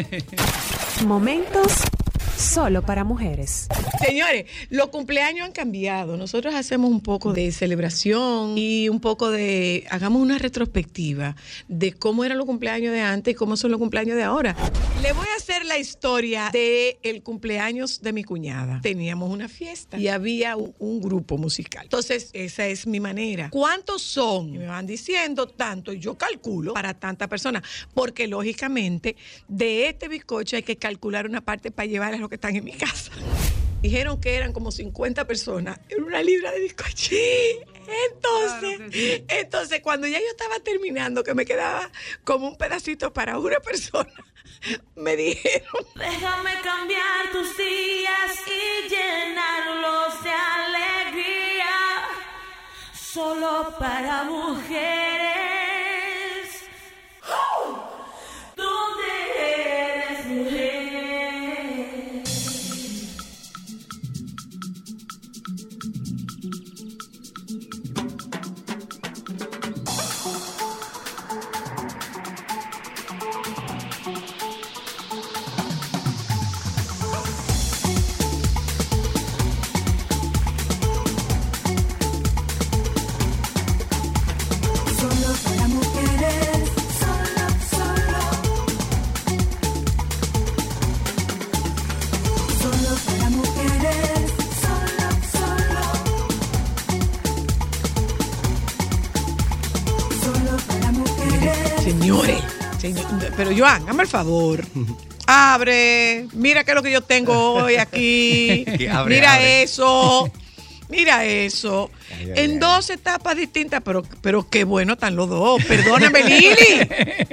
Momentos solo para mujeres. Señores, los cumpleaños han cambiado. Nosotros hacemos un poco de celebración y un poco de... Hagamos una retrospectiva de cómo eran los cumpleaños de antes y cómo son los cumpleaños de ahora. Le voy a hacer la historia del cumpleaños de mi cuñada. Teníamos una fiesta y había un grupo musical. Entonces, esa es mi manera. ¿Cuántos son? Y me van diciendo tanto. Y yo calculo para tantas personas. Porque, lógicamente, de este bizcocho hay que calcular una parte para llevar a los que están en mi casa. Dijeron que eran como 50 personas en una libra de bizcocho. Entonces, cuando ya yo estaba terminando, que me quedaba como un pedacito para una persona, me dijeron: déjame cambiar tus días y llenarlos de alegría, solo para mujeres. ¿Dónde eres, mujer? Solo para mujeres, solo, solo. Solo para mujeres, solo, solo. Solo para mujeres. Señores, pero Joan, hazme el favor. Abre, mira qué es lo que yo tengo hoy aquí. Abre, Mira abre. eso. Mira eso. Ay, En ay. dos etapas distintas, pero qué bueno están los dos. Perdóname, Lili.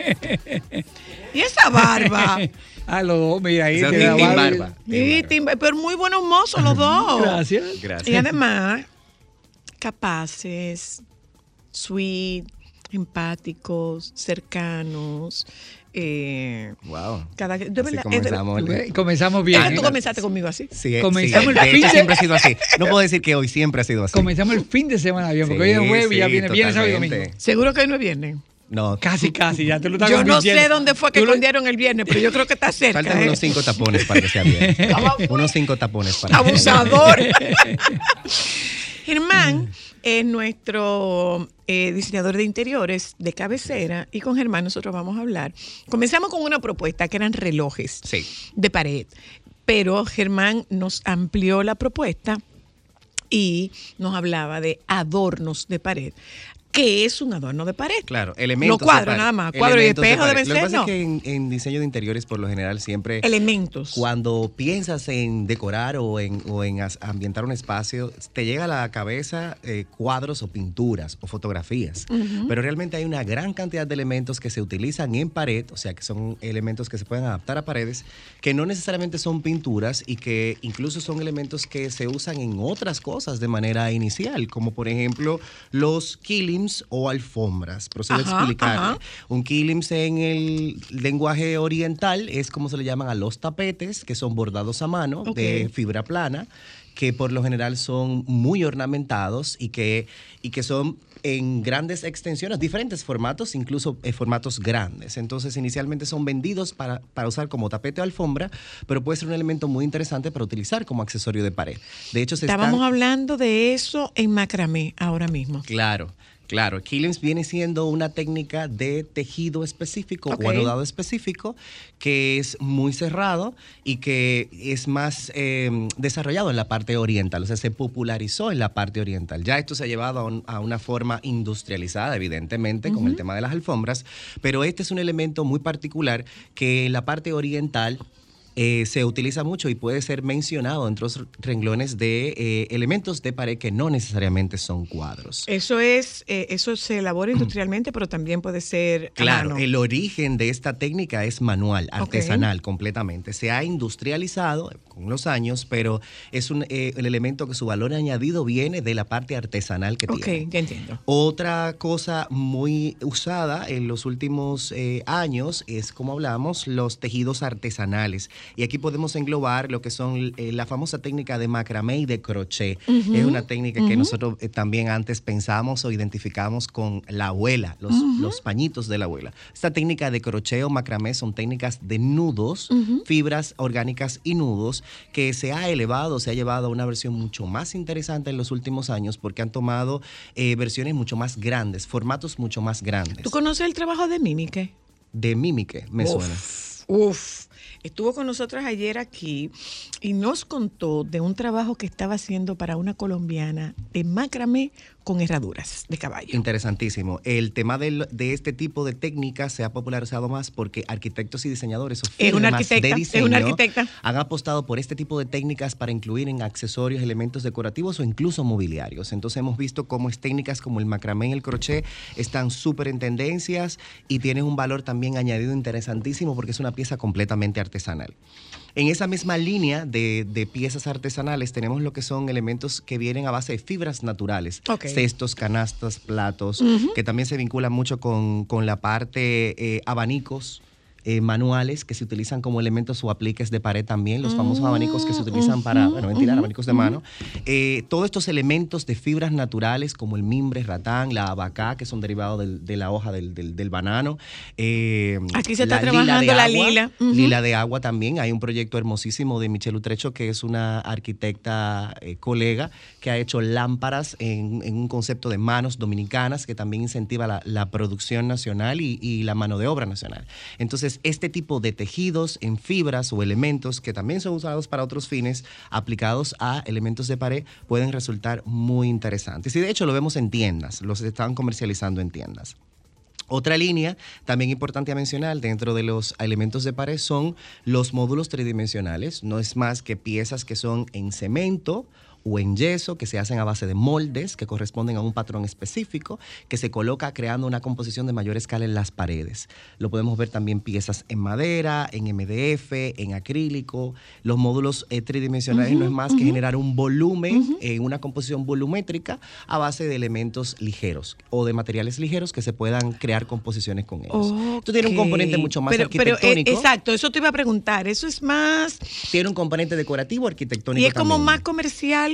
Y esa barba. Ah, los dos, mira ahí. Esa tiene la Team barba. Barba. Sí, pero muy buenos mozos los dos. Gracias. Gracias. Y además, capaces, sweet, empáticos, cercanos. Wow. De Así verdad, comenzamos. Comenzamos bien. Tú comenzaste conmigo así. Sí, Comenzamos sí, el de fin hecho, de- siempre ha sido así. No puedo decir que hoy siempre ha sido así. Comenzamos el fin de semana bien, porque Sí, hoy es jueves y ya sí, viene viernes, sábado y domingo. totalmente. Seguro que hoy no es viernes. No, Casi, ya te lo estás Yo no convirtiendo. sé dónde fue que Tú lo- escondieron el viernes, pero yo creo que está cerca. faltan unos 5 tapones para que sea bien. Unos 5 tapones para que sea bien. Abusador. Germán es nuestro diseñador de interiores de cabecera y con Germán nosotros vamos a hablar. Comenzamos con una propuesta que eran relojes Sí. de pared, pero Germán nos amplió la propuesta y nos hablaba de adornos de pared. que es un adorno de pared. Claro, elementos. No cuadros de pared. nada más, cuadros y Elementos de espejo pared. deben Lo que ser, pasa ¿no? es que en diseño de interiores, por lo general, siempre. Elementos. Cuando piensas en decorar o en ambientar un espacio, te llega a la cabeza cuadros o pinturas o fotografías. Ujú. Pero realmente hay una gran cantidad de elementos que se utilizan en pared, o sea, que son elementos que se pueden adaptar a paredes, que no necesariamente son pinturas y que incluso son elementos que se usan en otras cosas de manera inicial, como por ejemplo los kilims o alfombras. Procedo Ajá, a explicarle. ajá. Un kilims en el lenguaje oriental es como se le llaman a los tapetes, que son bordados a mano de fibra plana, que por lo general son muy ornamentados y que son en grandes extensiones, diferentes formatos, incluso formatos grandes. Entonces, inicialmente son vendidos para usar como tapete o alfombra, pero puede ser un elemento muy interesante para utilizar como accesorio de pared. De hecho, Estábamos hablando de eso en macramé ahora mismo. Claro. Claro, kilims viene siendo una técnica de tejido específico Ok. o anudado específico que es muy cerrado y que es más desarrollado en la parte oriental, o sea, se popularizó en la parte oriental. Ya esto se ha llevado a una forma industrializada, evidentemente, con el tema de las alfombras, pero este es un elemento muy particular que en la parte oriental se utiliza mucho y puede ser mencionado entre otros renglones de elementos de pared que no necesariamente son cuadros. Eso se elabora industrialmente, pero también puede ser a Claro, mano. el origen de esta técnica es manual, artesanal completamente. Se ha industrializado con los años, pero es el elemento que su valor añadido viene de la parte artesanal que tiene. Ok, ya entiendo. Otra cosa muy usada en los últimos años es, como hablamos, los tejidos artesanales. Y aquí podemos englobar lo que son la famosa técnica de macramé y de crochet. Ujú, Es una técnica que ujú. nosotros también antes pensamos o identificamos con la abuela, los pañitos de la abuela. Esta técnica de crochet o macramé son técnicas de nudos, fibras orgánicas y nudos, que se ha elevado, se ha llevado a una versión mucho más interesante en los últimos años porque han tomado versiones mucho más grandes, formatos mucho más grandes. ¿Tú conoces el trabajo de Mímique? De Mímique, me suena. Uf. Estuvo con nosotros ayer aquí y nos contó de un trabajo que estaba haciendo para una colombiana de macramé con herraduras de caballo. Interesantísimo. El tema de este tipo de técnicas se ha popularizado más porque arquitectos y diseñadores o Es una firmas de arquitecta, diseño es una arquitecta. han apostado por este tipo de técnicas para incluir en accesorios, elementos decorativos o incluso mobiliarios. Entonces hemos visto cómo técnicas como el macramé y el crochet están súper en tendencias y tienen un valor también añadido interesantísimo porque es una pieza completamente artesanal. En esa misma línea de piezas artesanales tenemos lo que son elementos que vienen a base de fibras naturales, cestos, canastas, platos, que también se vinculan mucho con la parte abanicos, manuales que se utilizan como elementos o apliques de pared también, los famosos abanicos que se utilizan para ventilar, abanicos de mano. Todos estos elementos de fibras naturales como el mimbre, ratán, la abacá, que son derivados de la hoja del banano. Aquí se está la trabajando de la agua, lila. Lila de agua también. Hay un proyecto hermosísimo de Michelle Utrecho, que es una arquitecta colega que ha hecho lámparas en un concepto de manos dominicanas que también incentiva la producción nacional y la mano de obra nacional. Entonces, este tipo de tejidos en fibras o elementos que también son usados para otros fines, aplicados a elementos de pared, pueden resultar muy interesantes. Y de hecho lo vemos en tiendas, los están comercializando en tiendas. Otra línea también importante a mencionar dentro de los elementos de pared son los módulos tridimensionales. No es más que piezas que son en cemento o en yeso, que se hacen a base de moldes que corresponden a un patrón específico, que se coloca creando una composición de mayor escala en las paredes. Lo podemos ver también piezas en madera, en MDF, en acrílico. Los módulos tridimensionales no es más que generar un volumen, una composición volumétrica a base de elementos ligeros o de materiales ligeros que se puedan crear composiciones con ellos. Esto tiene un componente mucho más arquitectónico. Exacto, eso te iba a preguntar. Eso es más... Tiene un componente decorativo, arquitectónico Y es como también. más comercial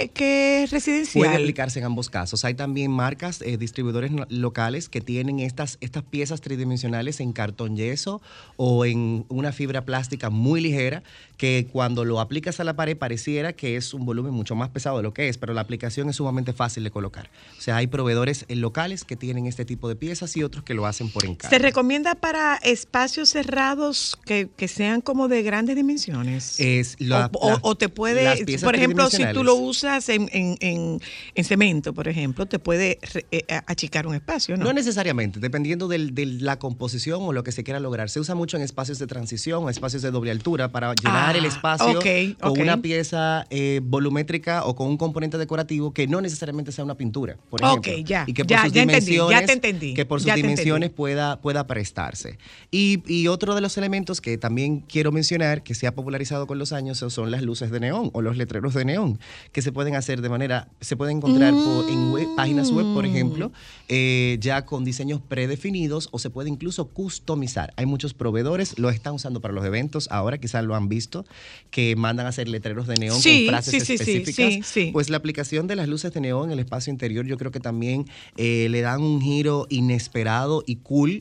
que residencial. Puede aplicarse en ambos casos. Hay también marcas, distribuidores locales que tienen estas piezas tridimensionales en cartón yeso o en una fibra plástica muy ligera que cuando lo aplicas a la pared pareciera que es un volumen mucho más pesado de lo que es, pero la aplicación es sumamente fácil de colocar. O sea, hay proveedores locales que tienen este tipo de piezas y otros que lo hacen por encargo. ¿Se recomienda para espacios cerrados que sean como de grandes dimensiones? O te puede, por ejemplo, si tú lo usas en cemento, por ejemplo, te puede achicar un espacio, ¿no? No necesariamente, dependiendo de la composición o lo que se quiera lograr. Se usa mucho en espacios de transición o espacios de doble altura para llenar el espacio con una pieza volumétrica o con un componente decorativo que no necesariamente sea una pintura, por ejemplo. Y que por sus dimensiones, que por sus dimensiones pueda prestarse. Y otro de los elementos que también quiero mencionar, que se ha popularizado con los años, son las luces de neón o los letreros de neón, que se pueden hacer de manera, se pueden encontrar en páginas web, por ejemplo, ya con diseños predefinidos, o se puede incluso customizar. Hay muchos proveedores, lo están usando para los eventos, ahora quizás lo han visto, que mandan a hacer letreros de neón con frases específicas. Pues la aplicación de las luces de neón en el espacio interior, yo creo que también le dan un giro inesperado y cool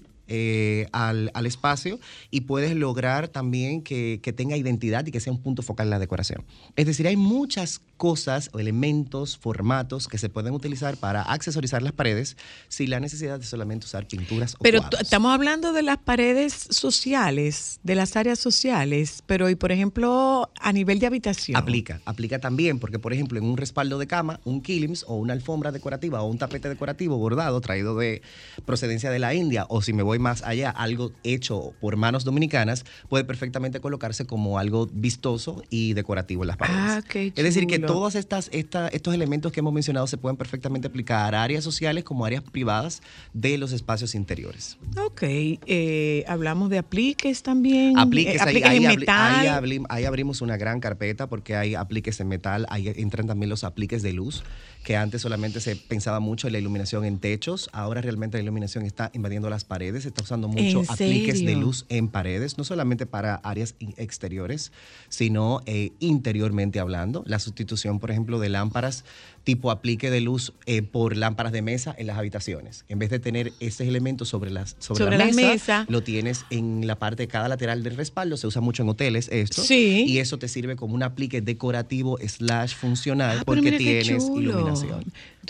al espacio, y puedes lograr también que tenga identidad y que sea un punto focal en la decoración. Es decir, hay muchas cosas o elementos, formatos que se pueden utilizar para accesorizar las paredes sin la necesidad de solamente usar pinturas o Pero cuadros. estamos hablando de las paredes sociales, de las áreas sociales, pero y por ejemplo a nivel de habitación. Aplica también, porque por ejemplo en un respaldo de cama, un kilims o una alfombra decorativa o un tapete decorativo bordado traído de procedencia de la India, o si me voy más allá, algo hecho por manos dominicanas, puede perfectamente colocarse como algo vistoso y decorativo en las paredes. Qué es decir, que chulo. todos estos elementos que hemos mencionado se pueden perfectamente aplicar a áreas sociales como áreas privadas de los espacios interiores. Ok, hablamos de apliques también. Apliques en metal. ahí abrimos una gran carpeta, porque hay apliques en metal, ahí entran también los apliques de luz, que antes solamente se pensaba mucho en la iluminación en techos, ahora realmente la iluminación está invadiendo las paredes, se está usando mucho apliques de luz en paredes, no solamente para áreas exteriores, sino interiormente hablando. La sustitución, por ejemplo, de lámparas tipo aplique de luz por lámparas de mesa en las habitaciones. En vez de tener ese elemento sobre la mesa, lo tienes en la parte de cada lateral del respaldo. Se usa mucho en hoteles esto. Sí. Y eso te sirve como un aplique decorativo / funcional, porque tienes iluminación.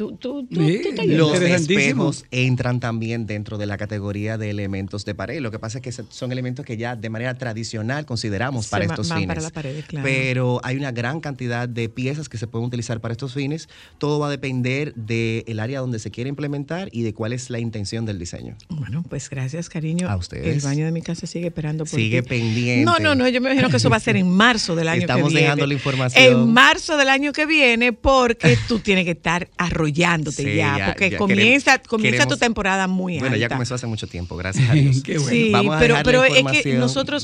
Los espejos entran también dentro de la categoría de elementos de pared. Lo que pasa es que son elementos que ya de manera tradicional consideramos para estos fines. Para la pared, claro. Pero hay una gran cantidad de piezas que se pueden utilizar para estos fines. Todo va a depender del área donde se quiere implementar y de cuál es la intención del diseño. Bueno, pues gracias, cariño. A ustedes. El baño de mi casa sigue esperando por Sigue ti. pendiente. No, yo me imagino que eso va a ser en marzo del año que viene. Estamos dejando la información. En marzo del año que viene, porque tú tienes que estar arrollándote porque comienza tu temporada muy alta. Bueno, ya comenzó hace mucho tiempo, gracias a Dios. Qué bueno. Sí, vamos a pero es que nosotros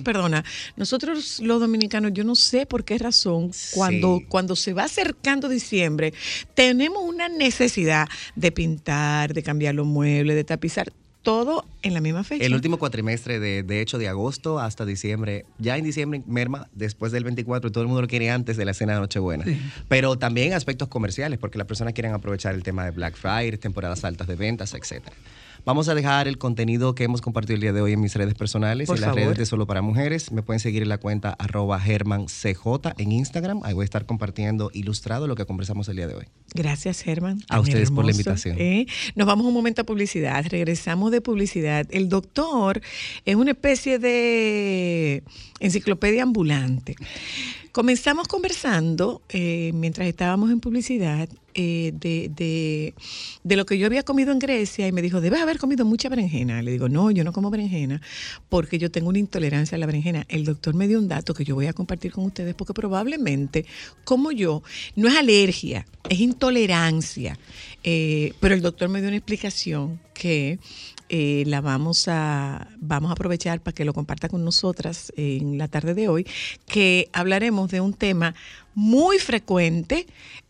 los dominicanos, yo no sé por qué razón, cuando se va acercando diciembre, tenemos una necesidad de pintar, de cambiar los muebles, de tapizar, todo en la misma fecha. El último cuatrimestre, de hecho, de agosto hasta diciembre. Ya en diciembre merma después del 24 y todo el mundo lo quiere antes de la cena de Nochebuena. Sí. Pero también aspectos comerciales, porque las personas quieren aprovechar el tema de Black Friday, temporadas altas de ventas, etcétera. Vamos a dejar el contenido que hemos compartido el día de hoy en mis redes personales, en las redes de Solo para Mujeres. Me pueden seguir en la cuenta @GermanCJ en Instagram. Ahí voy a estar compartiendo ilustrado lo que conversamos el día de hoy. Gracias, Germán. A ustedes por la invitación. Nos vamos un momento a publicidad. Regresamos de publicidad. El doctor es una especie de enciclopedia ambulante. Comenzamos conversando mientras estábamos en publicidad de lo que yo había comido en Grecia, y me dijo, debes haber comido mucha berenjena. Le digo, no, yo no como berenjena porque yo tengo una intolerancia a la berenjena. El doctor me dio un dato que yo voy a compartir con ustedes, porque probablemente, como yo, no es alergia, es intolerancia. Pero el doctor me dio una explicación que la vamos a aprovechar para que lo comparta con nosotras en la tarde de hoy, que hablaremos de un tema muy frecuente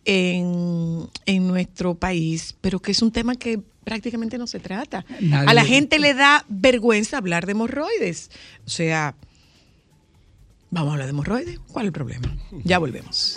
en nuestro país, pero que es un tema que prácticamente no se trata. A la gente le da vergüenza hablar de hemorroides. O sea, vamos a hablar de hemorroides. ¿Cuál es el problema? Ya volvemos.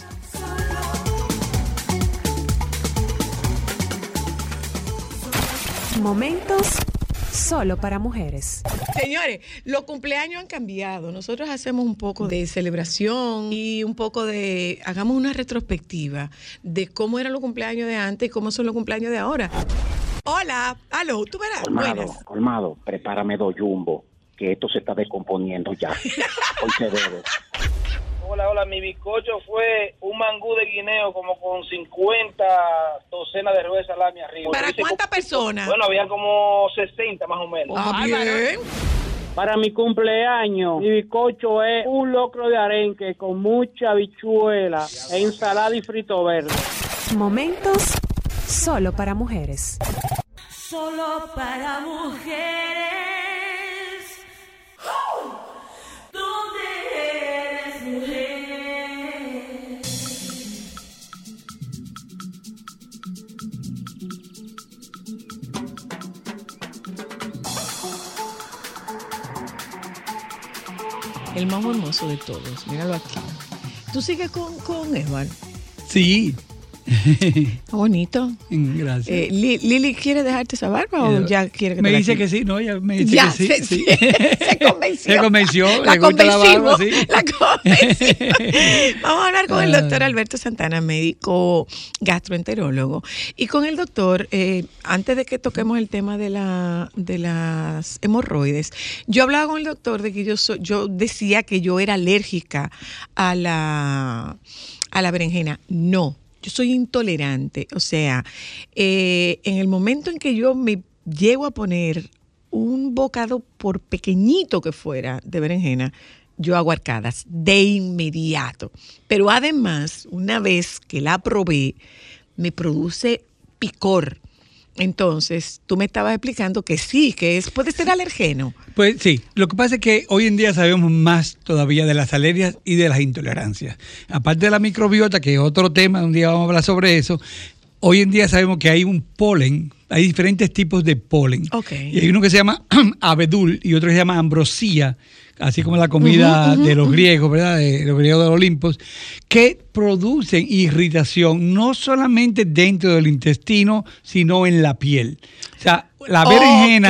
Momentos solo para mujeres. Señores, los cumpleaños han cambiado. Nosotros hacemos un poco de celebración y un poco de... Hagamos una retrospectiva de cómo eran los cumpleaños de antes y cómo son los cumpleaños de ahora. Hola, aló, tú verás. Colmado, prepárame 2 jumbo, que esto se está descomponiendo ya. Hoy se debe. Hola, mi bizcocho fue un mangú de guineo como con 50 docenas de cerveza salami arriba. ¿Para cuántas personas? Bueno, había como 60 más o menos. Bien. Para mi cumpleaños, mi bizcocho es un locro de arenque con mucha habichuela, ensalada y frito verde. Momentos solo para mujeres. Solo para mujeres. ¿Dónde eres mujer? El más hermoso de todos, míralo aquí. ¿Tú sigues con Edward? Sí. Está bonito. Gracias. ¿Lili quiere dejarte esa barba o ya quiere que te Me la dice quite? que sí, ¿no? Ya me dice Ya, que sí. sí. Se convenció. Se convenció. La le gusta la barba, convencimos. sí. La convencimos. Vamos a hablar con el doctor Alberto Santana, médico gastroenterólogo. Y con el doctor, antes de que toquemos el tema de las hemorroides, yo hablaba con el doctor de que yo decía que yo era alérgica a la berenjena. No. Yo soy intolerante, o sea, en el momento en que yo me llego a poner un bocado, por pequeñito que fuera, de berenjena, yo hago arcadas de inmediato. Pero además, una vez que la probé, me produce picor. Entonces, tú me estabas explicando que sí, que puede ser alergeno. Pues sí, lo que pasa es que hoy en día sabemos más todavía de las alergias y de las intolerancias. Aparte de la microbiota, que es otro tema, un día vamos a hablar sobre eso, hoy en día sabemos que hay un polen, hay diferentes tipos de polen. Okay. Y hay uno que se llama abedul y otro que se llama ambrosía, así como la comida de los griegos, ¿verdad? De los griegos de Olimpos, que producen irritación no solamente dentro del intestino, sino en la piel. O sea, la berenjena,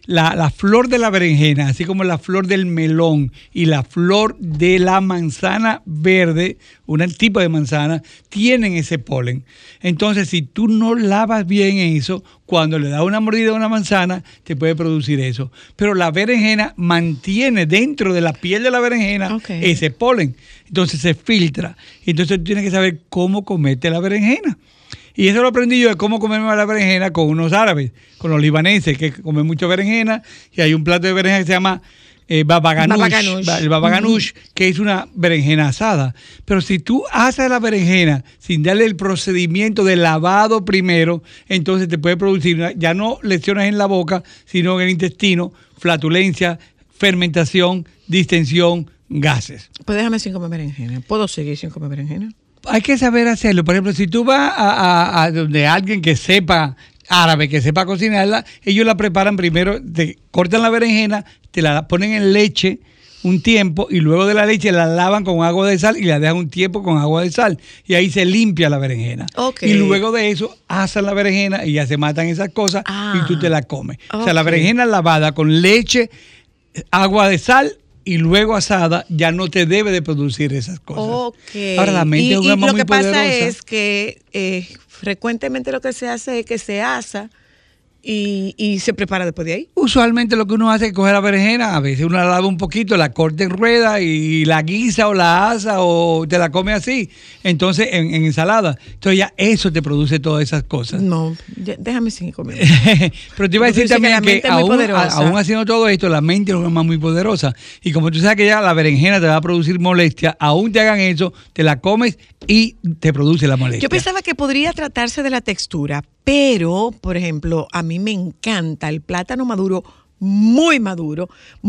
la flor de la berenjena, así como la flor del melón y la flor de la manzana verde, un tipo de manzana, tienen ese polen. Entonces, si tú no lavas bien eso, cuando le das una mordida a una manzana, te puede producir eso. Pero la berenjena mantiene dentro de la piel de la berenjena ese polen. Entonces se filtra. Entonces tú tienes que saber cómo comerte la berenjena. Y eso lo aprendí yo de cómo comerme la berenjena con unos árabes, con los libaneses que comen mucho berenjena. Y hay un plato de berenjena que se llama baba ganoush, el baba ganoush, que es una berenjena asada. Pero si tú asas la berenjena sin darle el procedimiento de lavado primero, entonces te puede producir ya no lesiones en la boca, sino en el intestino, flatulencia, fermentación, distensión, gases. Pues déjame sin comer berenjena. ¿Puedo seguir sin comer berenjena? Hay que saber hacerlo. Por ejemplo, si tú vas a donde alguien que sepa árabe, que sepa cocinarla, ellos la preparan primero, te cortan la berenjena, te la ponen en leche un tiempo y luego de la leche la lavan con agua de sal y la dejan un tiempo con agua de sal y ahí se limpia la berenjena. Y luego de eso asan la berenjena y ya se matan esas cosas y tú te la comes. O sea, la berenjena lavada con leche, agua de sal y luego asada ya no te debe de producir esas cosas. Ahora la mente es una y lo que pasa poderosa. es que frecuentemente lo que se hace es que se asa y se prepara después de ahí. Usualmente lo que uno hace es coger la berenjena, a veces uno la lava un poquito, la corta en rueda y la guisa o la asa o te la come así. Entonces, en ensalada. Entonces ya eso te produce todas esas cosas. No, déjame sin comer. Pero te iba a decir también que aún haciendo todo esto, la mente es una más muy poderosa. Y como tú sabes que ya la berenjena te va a producir molestia, aún te hagan eso, te la comes y te produce la molestia. Yo pensaba que podría tratarse de la textura, pero, por ejemplo, a mí me encanta el plátano maduro, muy maduro,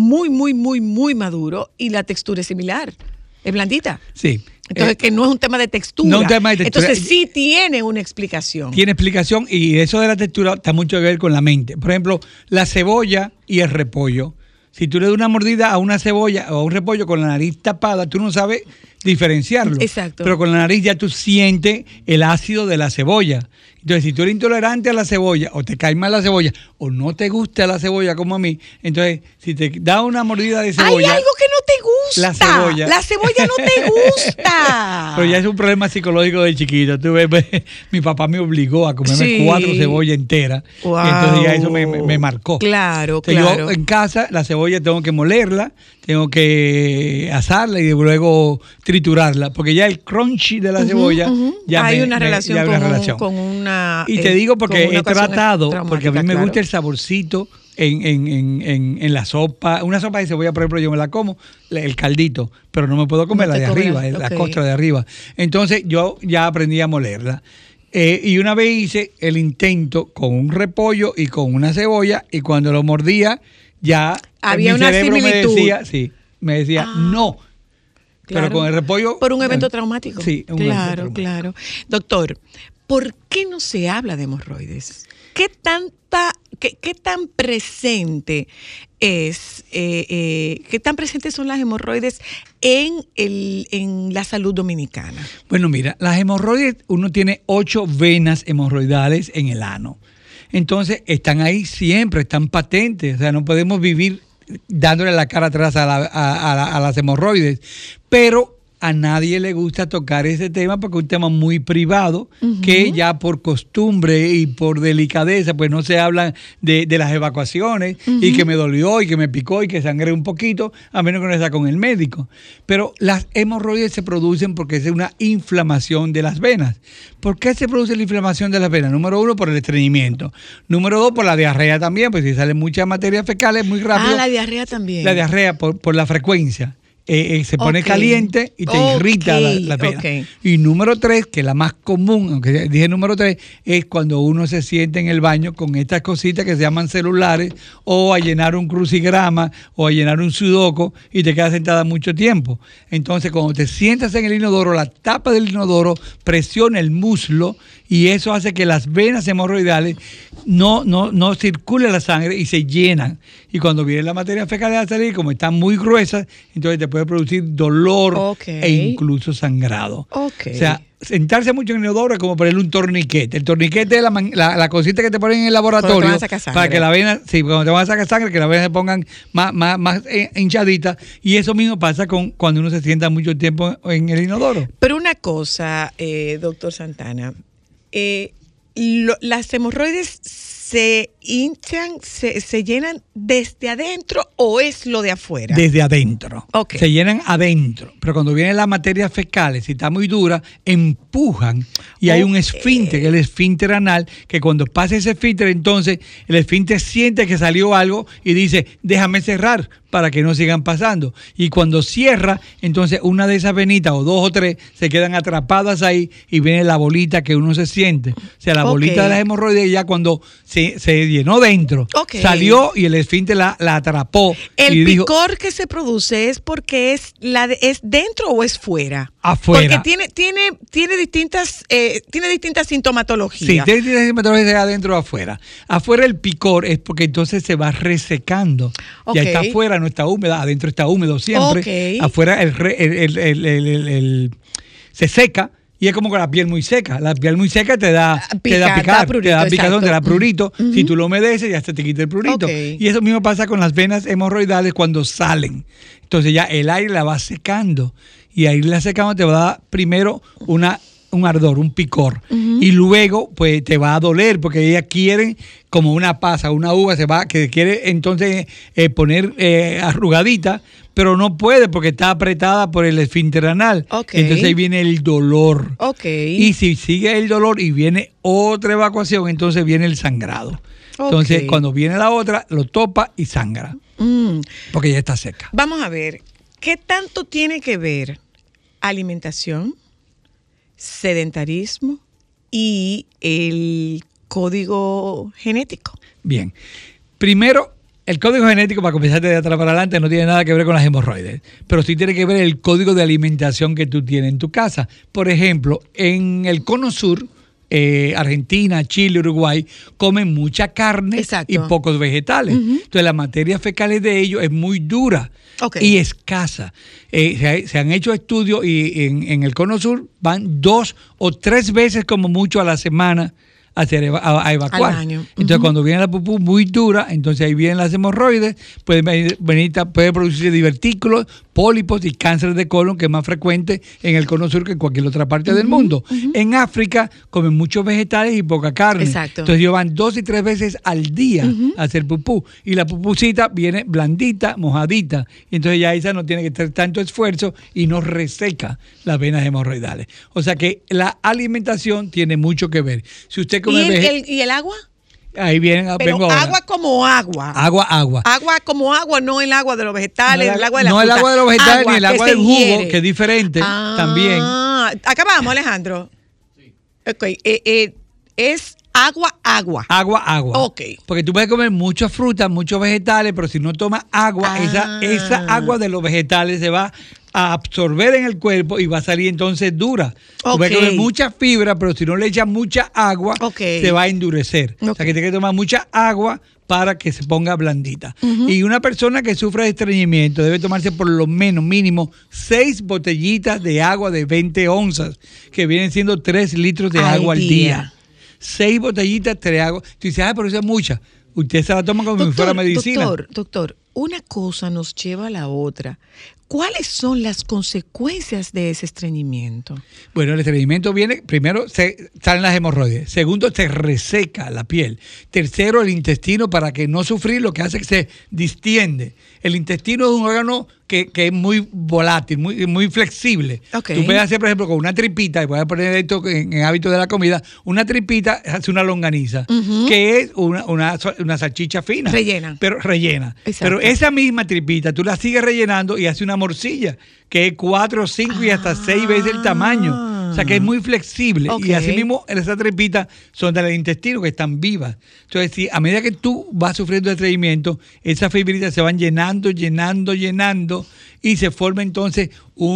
muy maduro, y la textura es similar, es blandita. Sí. Entonces, que no es un tema de textura. No es un tema de textura. Entonces, sí tiene una explicación. Tiene explicación y eso de la textura está mucho que ver con la mente. Por ejemplo, la cebolla y el repollo. Si tú le das una mordida a una cebolla o a un repollo con la nariz tapada, tú no sabes diferenciarlo. Exacto. Pero con la nariz ya tú sientes el ácido de la cebolla. Entonces, si tú eres intolerante a la cebolla, o te cae mal la cebolla, o no te gusta la cebolla como a mí, entonces, si te da una mordida de cebolla... Hay algo que no te gusta. La cebolla. La cebolla no te gusta. Pero ya es un problema psicológico de chiquito. Tú ves, mi papá me obligó a comerme 4 cebollas enteras. Wow. Y entonces ya eso me marcó. Claro, Entonces, claro. yo en casa la cebolla tengo que molerla, tengo que asarla y luego triturarla. Porque ya el crunchy de la cebolla ya hay una relación ya hay una relación. con una. Y te digo porque con una he tratado, ocasión porque a mí me traumática, gusta el saborcito en la sopa. Una sopa de cebolla, por ejemplo, yo me la como, el caldito, pero no me puedo comer No la te de comes arriba, la- la ok. costra de arriba. Entonces yo ya aprendí a molerla. Y una vez hice el intento con un repollo y con una cebolla, y cuando lo mordía, ya Había mi una cerebro similitud. me decía no. Claro. Pero con el repollo. Por un evento traumático. Sí, un evento Claro, traumático. claro. Doctor, ¿por qué no se habla de hemorroides? ¿Qué tan presente es, qué tan presentes son las hemorroides en la salud dominicana? Bueno, mira, las hemorroides, uno tiene 8 venas hemorroidales en el ano. Entonces, están ahí siempre, están patentes. O sea, no podemos vivir dándole la cara atrás a las hemorroides. Pero a nadie le gusta tocar ese tema porque es un tema muy privado, que ya por costumbre y por delicadeza, pues no se hablan de las evacuaciones y que me dolió y que me picó y que sangré un poquito, a menos que no sea con el médico. Pero las hemorroides se producen porque es una inflamación de las venas. ¿Por qué se produce la inflamación de las venas? Número 1, por el estreñimiento. Número 2, por la diarrea también, pues si sale mucha materia fecal es muy rápido. La diarrea también. La diarrea por la frecuencia. Se pone Ok. caliente y te irrita la vena. ok. Y número 3, que es la más común, aunque dije número 3, es cuando uno se siente en el baño con estas cositas que se llaman celulares, o a llenar un crucigrama, o a llenar un sudoku, y te quedas sentada mucho tiempo. Entonces, cuando te sientas en el inodoro, la tapa del inodoro presiona el muslo, y eso hace que las venas hemorroidales no circule la sangre y se llenan. Y cuando viene la materia fecal a salir, como están muy gruesas, entonces te puede producir dolor e incluso sangrado. O sea, sentarse mucho en el inodoro es como ponerle un torniquete. El torniquete es la cosita que te ponen en el laboratorio Cuando te van a sacar sangre. para que la vena, sí, cuando te van a sacar sangre, que las venas se pongan más hinchaditas. Y eso mismo pasa cuando uno se sienta mucho tiempo en el inodoro. Pero una cosa, doctor Santana, las hemorroides se hinchan, se llenan desde adentro, o es lo de afuera? Desde adentro. Ok. Se llenan adentro. Pero cuando vienen las materias fecales, si está muy dura, empujan y hay un esfínter, el esfínter anal, que cuando pasa ese esfínter, entonces el esfínter siente que salió algo y dice, déjame cerrar para que no sigan pasando. Y cuando cierra, entonces una de esas venitas, o 2 o 3, se quedan atrapadas ahí y viene la bolita que uno se siente. O sea, la bolita de las hemorroides ya cuando se llenó dentro, salió y el esfínter la atrapó. ¿El y dijo, picor que se produce es porque es dentro o es fuera? Afuera. Porque tiene distintas sintomatologías. Sí, tiene distintas sintomatologías adentro o afuera. Afuera el picor es porque entonces se va resecando. Ok. Ya está afuera, no está húmeda, adentro está húmedo siempre. Ok. Afuera se seca. Y es como con la piel muy seca. La piel muy seca te da picar, prurito, te da picazón, exacto. te da prurito. Si tú lo humedeces, ya se te quita el prurito. Ok. Y eso mismo pasa con las venas hemorroidales cuando salen. Entonces ya el aire la va secando. Y ahí la secando te va a dar primero un ardor, un picor. Y luego, pues, te va a doler porque ellas quieren, como una pasa, una uva, que quiere entonces poner arrugadita, pero no puede porque está apretada por el esfínter anal. Entonces ahí viene el dolor. Y si sigue el dolor y viene otra evacuación, entonces viene el sangrado. Entonces, cuando viene la otra, lo topa y sangra. Porque ya está seca. Vamos a ver, ¿qué tanto tiene que ver alimentación, sedentarismo y el código genético? Bien. Primero, el código genético, para comenzar de atrás para adelante, no tiene nada que ver con las hemorroides, pero sí tiene que ver el código de alimentación que tú tienes en tu casa. Por ejemplo, en el cono sur, Argentina, Chile, Uruguay, comen mucha carne y pocos vegetales. Entonces, la materia fecal de ellos es muy dura y escasa. Se han hecho estudios y en el cono sur van 2 o 3 veces como mucho a la semana a evacuar. Al baño. Entonces, cuando viene la pupú muy dura, entonces ahí vienen las hemorroides, puede producirse divertículos, pólipos y cáncer de colon, que es más frecuente en el cono sur que en cualquier otra parte del mundo. En África comen muchos vegetales y poca carne. Exacto. Entonces ellos van 2 y 3 veces al día a hacer pupú. Y la pupucita viene blandita, mojadita. Y entonces ya esa no tiene que tener tanto esfuerzo y no reseca las venas hemorroidales. O sea que la alimentación tiene mucho que ver. Si usted come ¿Y el agua? Ahí vienen, Pero vengo ahora. agua como agua. Agua. Agua como agua, no el agua de los vegetales, No el agua de la no fruta. el agua de los vegetales ni el que agua se del jugo, ingiere. que es diferente también. Acabamos, Alejandro. Ok, es agua. Agua. Ok. Porque tú puedes comer muchas frutas, muchos vegetales, pero si no tomas agua, esa agua de los vegetales se va a absorber en el cuerpo y va a salir entonces dura. Tú puedes comer mucha fibra, pero si no le echas mucha agua, se va a endurecer. O sea que tienes que tomar mucha agua para que se ponga blandita. Y una persona que sufre de estreñimiento debe tomarse por lo menos mínimo 6 botellitas de agua de 20 onzas, que vienen siendo 3 litros de agua al día. 6 botellitas de agua. Tú dices, pero eso es mucha. Usted se la toma como si fuera medicina. Doctor, una cosa nos lleva a la otra. ¿Cuáles son las consecuencias de ese estreñimiento? Bueno, el estreñimiento viene, primero salen las hemorroides, segundo se reseca la piel, tercero el intestino, para que no sufrir, lo que hace es que se distiende. El intestino es un órgano que es muy volátil, muy flexible. Tú puedes hacer, por ejemplo, con una tripita, y voy a poner esto en hábito de la comida, una tripita hace una longaniza, que es una salchicha fina. Rellena. Pero esa misma tripita, tú la sigues rellenando y hace una morcilla, que es 4, 5 y hasta 6 veces el tamaño. O sea que es muy flexible. Y así mismo esas tripitas son del intestino, que están vivas. Entonces, si a medida que tú vas sufriendo estreñimiento, esas fibritas se van llenando y se forma entonces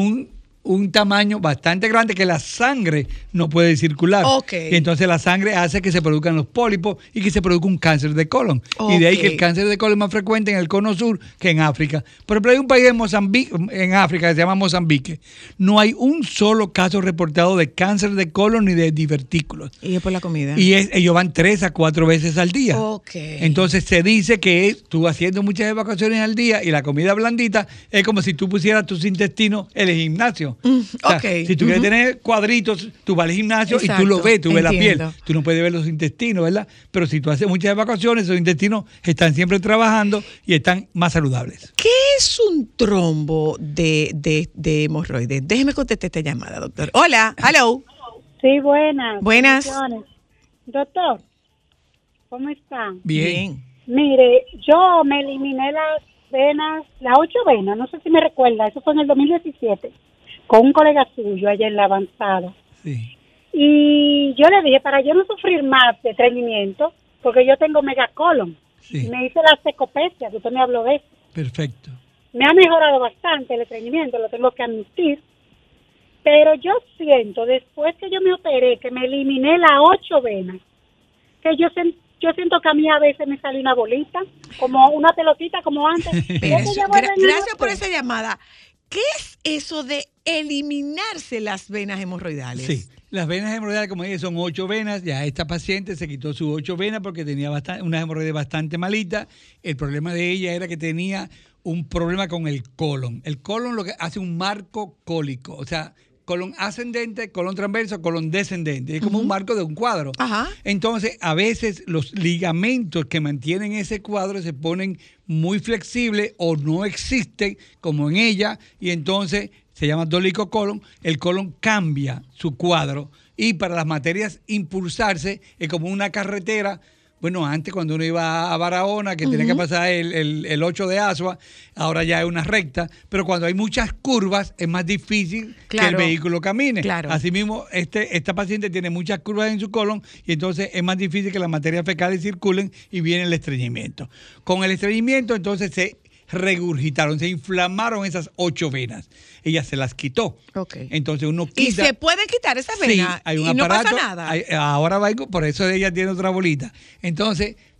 un tamaño bastante grande que la sangre no puede circular. Y entonces la sangre hace que se produzcan los pólipos y que se produzca un cáncer de colon. Y de ahí que el cáncer de colon es más frecuente en el cono sur que en África. Por ejemplo, hay un país en África que se llama Mozambique. No hay un solo caso reportado de cáncer de colon ni de divertículos. Y es por la comida. Y ellos van 3 a 4 veces al día. Entonces se dice que tú haciendo muchas evacuaciones al día y la comida blandita es como si tú pusieras tus intestinos en el gimnasio. O sea, si tú quieres tener cuadritos, tú vas al gimnasio y tú lo ves, tú ves la piel. Tú no puedes ver los intestinos, ¿verdad? Pero si tú haces muchas evacuaciones, esos intestinos están siempre trabajando y están más saludables. ¿Qué es un trombo de hemorroides? Déjeme contestar esta llamada, doctor. Hola, hello. Sí, buenas. Buenas. Doctor, ¿cómo están? Bien. Mire, yo me eliminé las 8 venas, no sé si me recuerda, eso fue en el 2017. Con un colega suyo allá en la avanzada. Sí. Y yo le dije, para yo no sufrir más de estreñimiento, porque yo tengo megacolon, me hice la secopecia, que usted me habló de eso. Perfecto. Me ha mejorado bastante el estreñimiento, lo tengo que admitir, pero yo siento, después que yo me operé, que me eliminé las 8 venas, que yo siento que a mí a veces me sale una bolita, como una pelotita, como antes. Gracias por esa llamada. ¿Qué es eso de eliminarse las venas hemorroidales? Sí, las venas hemorroidales, como dije, son 8 venas. Ya esta paciente se quitó sus 8 venas porque tenía una hemorroide bastante malita. El problema de ella era que tenía un problema con el colon. El colon lo que hace un marco cólico, o sea, colon ascendente, colon transverso, colon descendente. Es como un marco de un cuadro. Entonces, a veces los ligamentos que mantienen ese cuadro se ponen muy flexibles o no existen, como en ella, y entonces se llama dolicocolon. El colon cambia su cuadro y para las materias impulsarse es como una carretera. Bueno, antes cuando uno iba a Barahona, que tenía que pasar el 8 de Asua, ahora ya es una recta, pero cuando hay muchas curvas es más difícil que el vehículo camine. Asimismo, esta paciente tiene muchas curvas en su colon y entonces es más difícil que las materias fecales circulen y viene el estreñimiento. Con el estreñimiento entonces se regurgitaron, se inflamaron esas 8 venas. Ella se las quitó. Entonces uno quita. ¿Y se pueden quitar esas venas? Sí, hay un y aparato, no pasa nada. Ahora va, por eso ella tiene otra bolita. Entonces,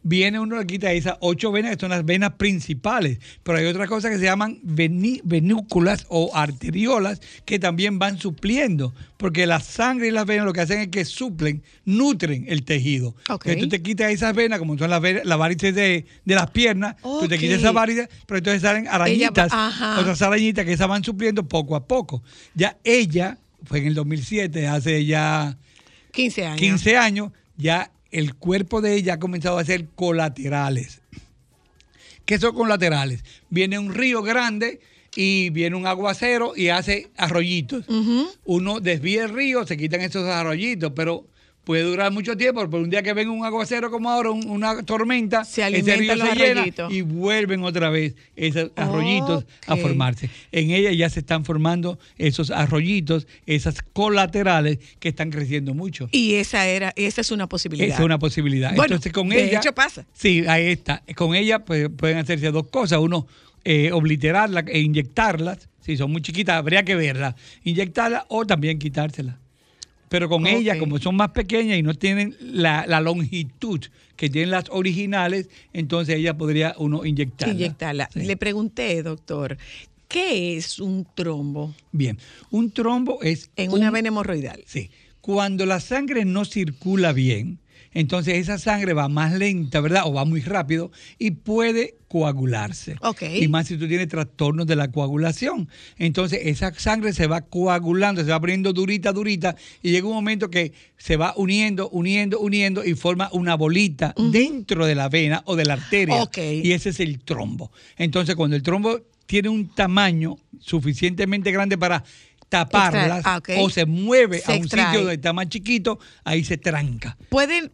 viene uno le quita esas 8 venas que son las venas principales, pero hay otras cosas que se llaman venúculas o arteriolas que también van supliendo, porque la sangre y las venas lo que hacen es que nutren el tejido. Entonces tú te quitas esas venas, como son las varices de las piernas, tú te quitas esas varices, pero entonces salen arañitas, otras arañitas que esas van supliendo poco a poco. Ya ella, fue en el 2007, hace ya 15 años, ya el cuerpo de ella ha comenzado a hacer colaterales. ¿Qué son colaterales? Viene un río grande y viene un aguacero y hace arroyitos. Uno desvía el río, se quitan esos arroyitos, pero puede durar mucho tiempo, pero un día que venga un aguacero como ahora, una tormenta, ese río se llena y vuelven otra vez esos arroyitos a formarse. En ella ya se están formando esos arroyitos, esas colaterales que están creciendo mucho. Y esa es una posibilidad. Esa es una posibilidad. Bueno, entonces con de ella, hecho pasa. Sí, ahí está. Con ella pues, pueden hacerse dos cosas. Uno, obliterarlas e inyectarlas. Si son muy chiquitas, habría que verlas. Inyectarlas o también quitárselas. Pero con ella, como son más pequeñas y no tienen la longitud que tienen las originales, entonces ella podría uno inyectarla. Sí. Le pregunté, doctor, ¿qué es un trombo? Bien, un trombo es... En una vena hemorroidal. Sí. Cuando la sangre no circula bien, entonces esa sangre va más lenta, ¿verdad? O va muy rápido y puede coagularse. Y más si tú tienes trastornos de la coagulación. Entonces esa sangre se va coagulando, se va poniendo durita y llega un momento que se va uniendo y forma una bolita dentro de la vena o de la arteria. Y ese es el trombo. Entonces cuando el trombo tiene un tamaño suficientemente grande para taparlas o se mueve a un sitio donde está más chiquito, ahí se tranca. Puede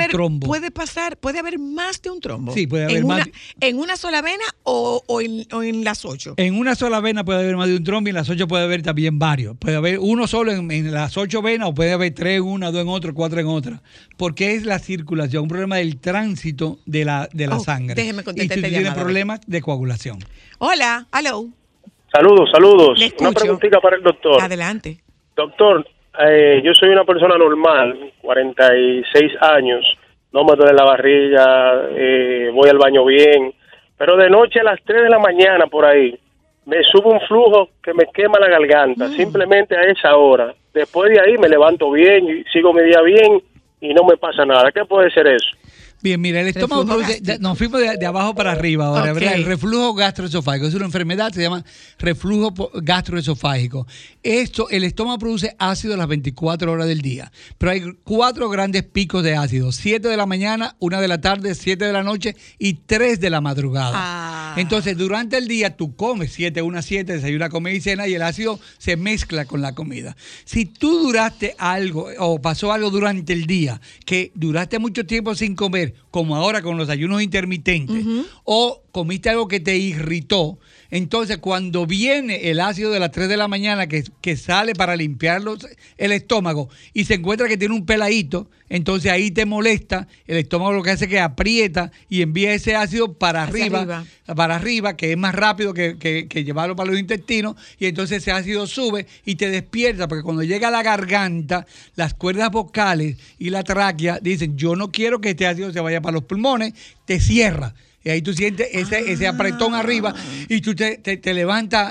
haber más de un trombo. Sí, puede haber más. ¿En una sola vena o en las 8? En una sola vena puede haber más de un trombo y en las 8 puede haber también varios. Puede haber uno solo en las 8 venas o puede haber 3 en una, 2 en otra, 4 en otra. Porque es la circulación, un problema del tránsito de la sangre. Déjeme contestar y tú tienes problemas de coagulación. Hola, hello. Saludos. Una preguntita para el doctor. Adelante. Doctor, yo soy una persona normal, 46 años, no me duele la barriga, voy al baño bien, pero de noche a las 3 de la mañana por ahí, me sube un flujo que me quema la garganta, simplemente a esa hora. Después de ahí me levanto bien y sigo mi día bien y no me pasa nada. ¿Qué puede ser eso? Bien, mira, el estómago produce, nos fuimos de abajo para arriba ahora, ¿verdad? El reflujo gastroesofágico es una enfermedad, se llama reflujo gastroesofágico. El estómago produce ácido a las 24 horas del día, pero hay 4 grandes picos de ácido: 7 de la mañana, 1 de la tarde, 7 de la noche y 3 de la madrugada. Entonces, durante el día tú comes 7, 1, 7, desayuna, comida y cena, y el ácido se mezcla con la comida. Si tú duraste algo o pasó algo durante el día, que duraste mucho tiempo sin comer, como ahora con los ayunos intermitentes, o comiste algo que te irritó, entonces cuando viene el ácido de las 3 de la mañana que sale para limpiar el estómago y se encuentra que tiene un peladito, entonces ahí te molesta, el estómago lo que hace es que aprieta y envía ese ácido para arriba, que es más rápido que llevarlo para los intestinos, y entonces ese ácido sube y te despierta, porque cuando llega a la garganta, las cuerdas vocales y la tráquea dicen: yo no quiero que este ácido se vaya para los pulmones, te cierra. Y ahí tú sientes ese apretón arriba y tú te levantas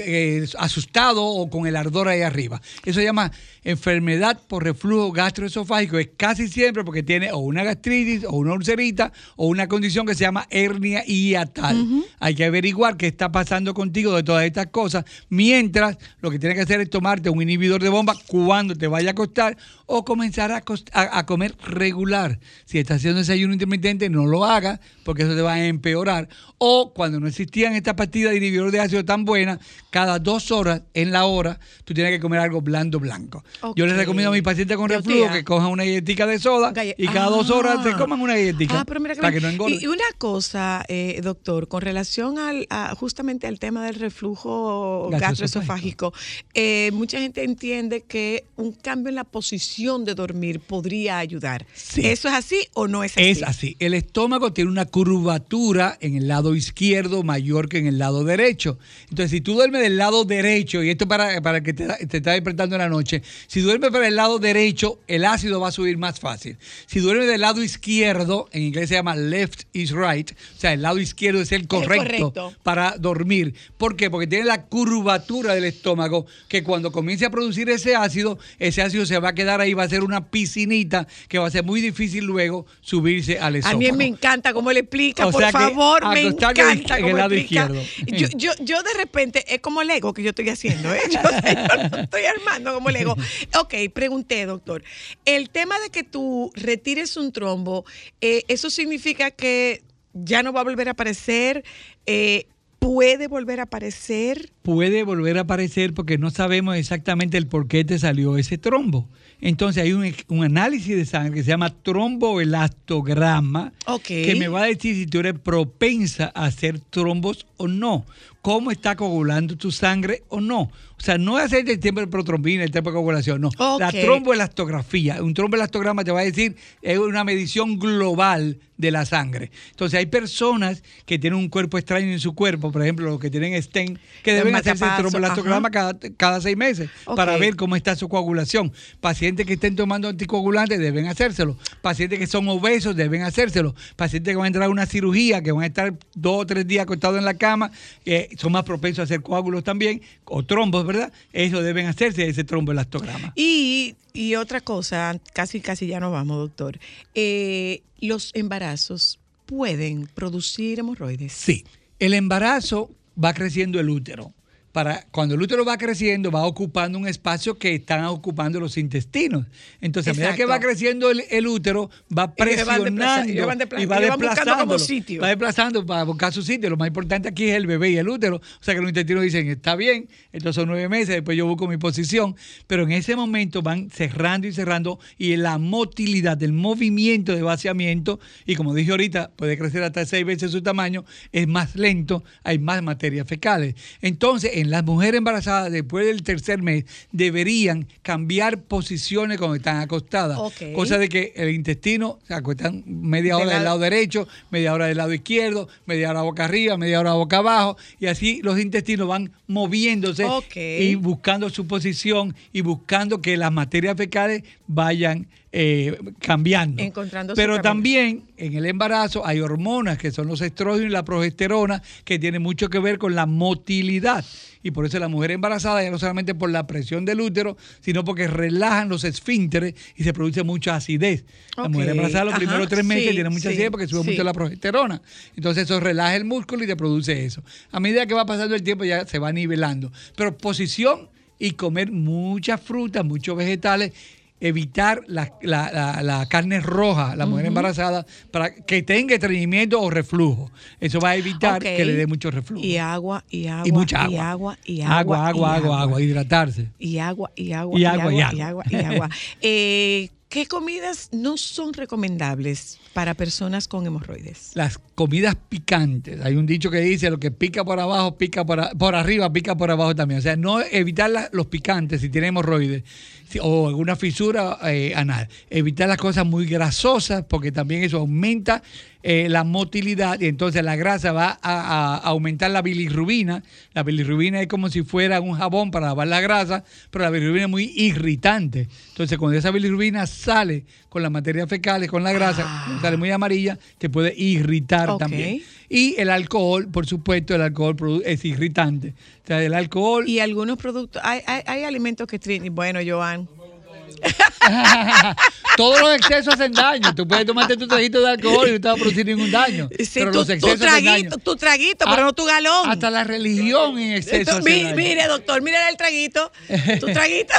asustado o con el ardor ahí arriba. Eso se llama enfermedad por reflujo gastroesofágico. Es casi siempre porque tiene o una gastritis o una ulcerita o una condición que se llama hernia hiatal. Hay que averiguar qué está pasando contigo de todas estas cosas, mientras lo que tienes que hacer es tomarte un inhibidor de bomba cuando te vaya a acostar o comenzar a comer regular. Si estás haciendo desayuno intermitente, no lo hagas porque eso te va a empeorar. O cuando no existían estas pastillas de inhibidor de ácido tan buenas, cada 2 horas en la hora tú tienes que comer algo blando blanco. Yo les recomiendo a mis pacientes con reflujo que cojan una galletica de soda y cada 2 horas se coman una galletica para que no engorden. Y una cosa, doctor, con relación justamente al tema del reflujo gastroesofágico, mucha gente entiende que un cambio en la posición posición de dormir podría ayudar. Sí. ¿Eso es así o no es así? Es así. El estómago tiene una curvatura en el lado izquierdo mayor que en el lado derecho. Entonces, si tú duermes del lado derecho, y esto para que te está despertando en la noche, si duermes para el lado derecho, el ácido va a subir más fácil. Si duermes del lado izquierdo, en inglés se llama left is right, o sea, el lado izquierdo es el correcto para dormir. ¿Por qué? Porque tiene la curvatura del estómago que cuando comience a producir ese ácido se va a quedar ahí, va a ser una piscinita que va a ser muy difícil luego subirse al esófago. A mí me encanta cómo le explica, por favor, me encanta cómo le explica. Yo de repente, es como Lego que yo estoy haciendo, ¿eh? Yo no estoy armando como Lego. Ok, pregunté, doctor, el tema de que tú retires un trombo, ¿eso significa que ya no va a volver a aparecer? ¿Puede volver a aparecer? Puede volver a aparecer porque no sabemos exactamente el por qué te salió ese trombo. Entonces hay un análisis de sangre que se llama tromboelastograma, que me va a decir si tú eres propensa a hacer trombos o no. Cómo está coagulando tu sangre o no. O sea, no es hacer el tiempo de protrombina, el tiempo de coagulación, no. La tromboelastografía. Un tromboelastograma te va a decir, es una medición global de la sangre. Entonces hay personas que tienen un cuerpo extraño en su cuerpo, por ejemplo, los que tienen stent, que deben hacerse el tromboelastograma cada 6 meses para ver cómo está su coagulación. Pacientes que estén tomando anticoagulantes deben hacérselo. Pacientes que son obesos deben hacérselo. Pacientes que van a entrar a una cirugía, que van a estar 2 o 3 días acostados en la cama, son más propensos a hacer coágulos también, o trombos, ¿verdad? Eso deben hacerse, ese tromboelastograma. Y otra cosa, casi ya nos vamos, doctor. ¿Los embarazos pueden producir hemorroides? Sí. El embarazo va creciendo el útero. Cuando el útero va creciendo, va ocupando un espacio que están ocupando los intestinos. Entonces, a medida que va creciendo el útero, va presionando y va desplazando para buscar su sitio. Lo más importante aquí es el bebé y el útero. O sea que los intestinos dicen, está bien, estos son 9 meses, después yo busco mi posición. Pero en ese momento van cerrando y la motilidad, el movimiento de vaciamiento, y como dije ahorita, puede crecer hasta 6 veces su tamaño, es más lento, hay más materias fecales. Entonces, en las mujeres embarazadas, después del 3er mes, deberían cambiar posiciones cuando están acostadas. Cosa de que el intestino se acuestan media hora del lado derecho, media hora del lado izquierdo, media hora boca arriba, media hora boca abajo, y así los intestinos van moviéndose y buscando su posición y buscando que las materias fecales vayan cambiando. Pero también en el embarazo hay hormonas que son los estrógenos y la progesterona que tienen mucho que ver con la motilidad. Y por eso la mujer embarazada, ya no solamente por la presión del útero, sino porque relajan los esfínteres y se produce mucha acidez. La mujer embarazada los primeros 3 meses tiene mucha acidez porque sube mucho la progesterona. Entonces eso relaja el músculo y te produce eso. A medida que va pasando el tiempo ya se va nivelando. Pero posición y comer muchas frutas, muchos vegetales, evitar la carne roja, la mujer embarazada, para que tenga estreñimiento o reflujo. Eso va a evitar que le dé mucho reflujo. Y agua, y mucha agua. Agua, hidratarse. Y agua. ¿Qué comidas no son recomendables para personas con hemorroides? Las comidas picantes. Hay un dicho que dice, lo que pica por abajo, pica por arriba, pica por abajo también. O sea, no evitar los picantes si tiene hemorroides o alguna fisura anal. Evitar las cosas muy grasosas porque también eso aumenta la motilidad y entonces la grasa va a aumentar la bilirrubina. La bilirrubina es como si fuera un jabón para lavar la grasa, pero la bilirrubina es muy irritante. Entonces, cuando esa bilirrubina sale con las materias fecales, con la grasa, sale muy amarilla, te puede irritar también. Y el alcohol, por supuesto, el alcohol es irritante. O sea, el alcohol... Y algunos productos, hay alimentos que... Bueno, Joan... Todos los excesos hacen daño. Tú puedes tomarte tu traguito de alcohol y no te va a producir ningún daño. Sí, pero los excesos hacen daño. Tu traguito, pero no tu galón. Hasta la religión en exceso hace daño. Mire, doctor, mire el traguito. Tu traguito.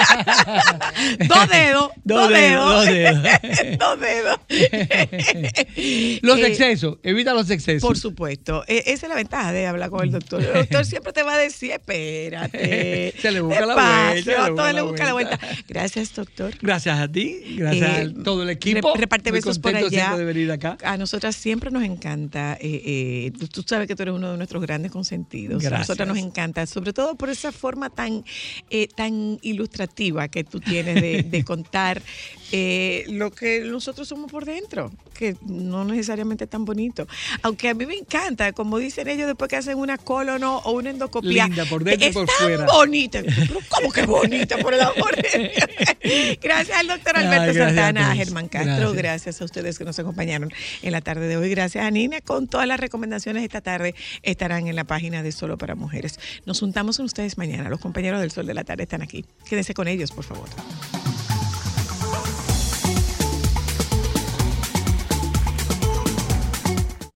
2 dedos. 2 dedos. 2 dedos. Los excesos. Evita los excesos. Por supuesto. Esa es la ventaja de hablar con el doctor. El doctor siempre te va a decir, espérate. Se le busca la vuelta. Todo le busca la vuelta. Gracias, Gracias, doctor. Gracias a ti, gracias a todo el equipo. Reparte Muy besos por contento allá. siempre de venir acá. A nosotras siempre nos encanta. Tú sabes que tú eres uno de nuestros grandes consentidos. Gracias. A nosotras nos encanta, sobre todo por esa forma tan ilustrativa que tú tienes de contar lo que nosotros somos por dentro, que no necesariamente es tan bonito. Aunque a mí me encanta, como dicen ellos después que hacen una cólono o una endoscopia. Linda, por dentro y es por tan fuera. bonita. Pero ¿cómo que bonita, por el amor de Dios? Gracias al doctor Alberto Ay, gracias Santana, a todos. Germán Castro, Gracias. gracias a ustedes que nos acompañaron en la tarde de hoy. Gracias a Nina, con todas las recomendaciones esta tarde estarán en la página de Solo para Mujeres. Nos juntamos con ustedes mañana. Los compañeros del Sol de la Tarde están aquí. Quédense con ellos, por favor.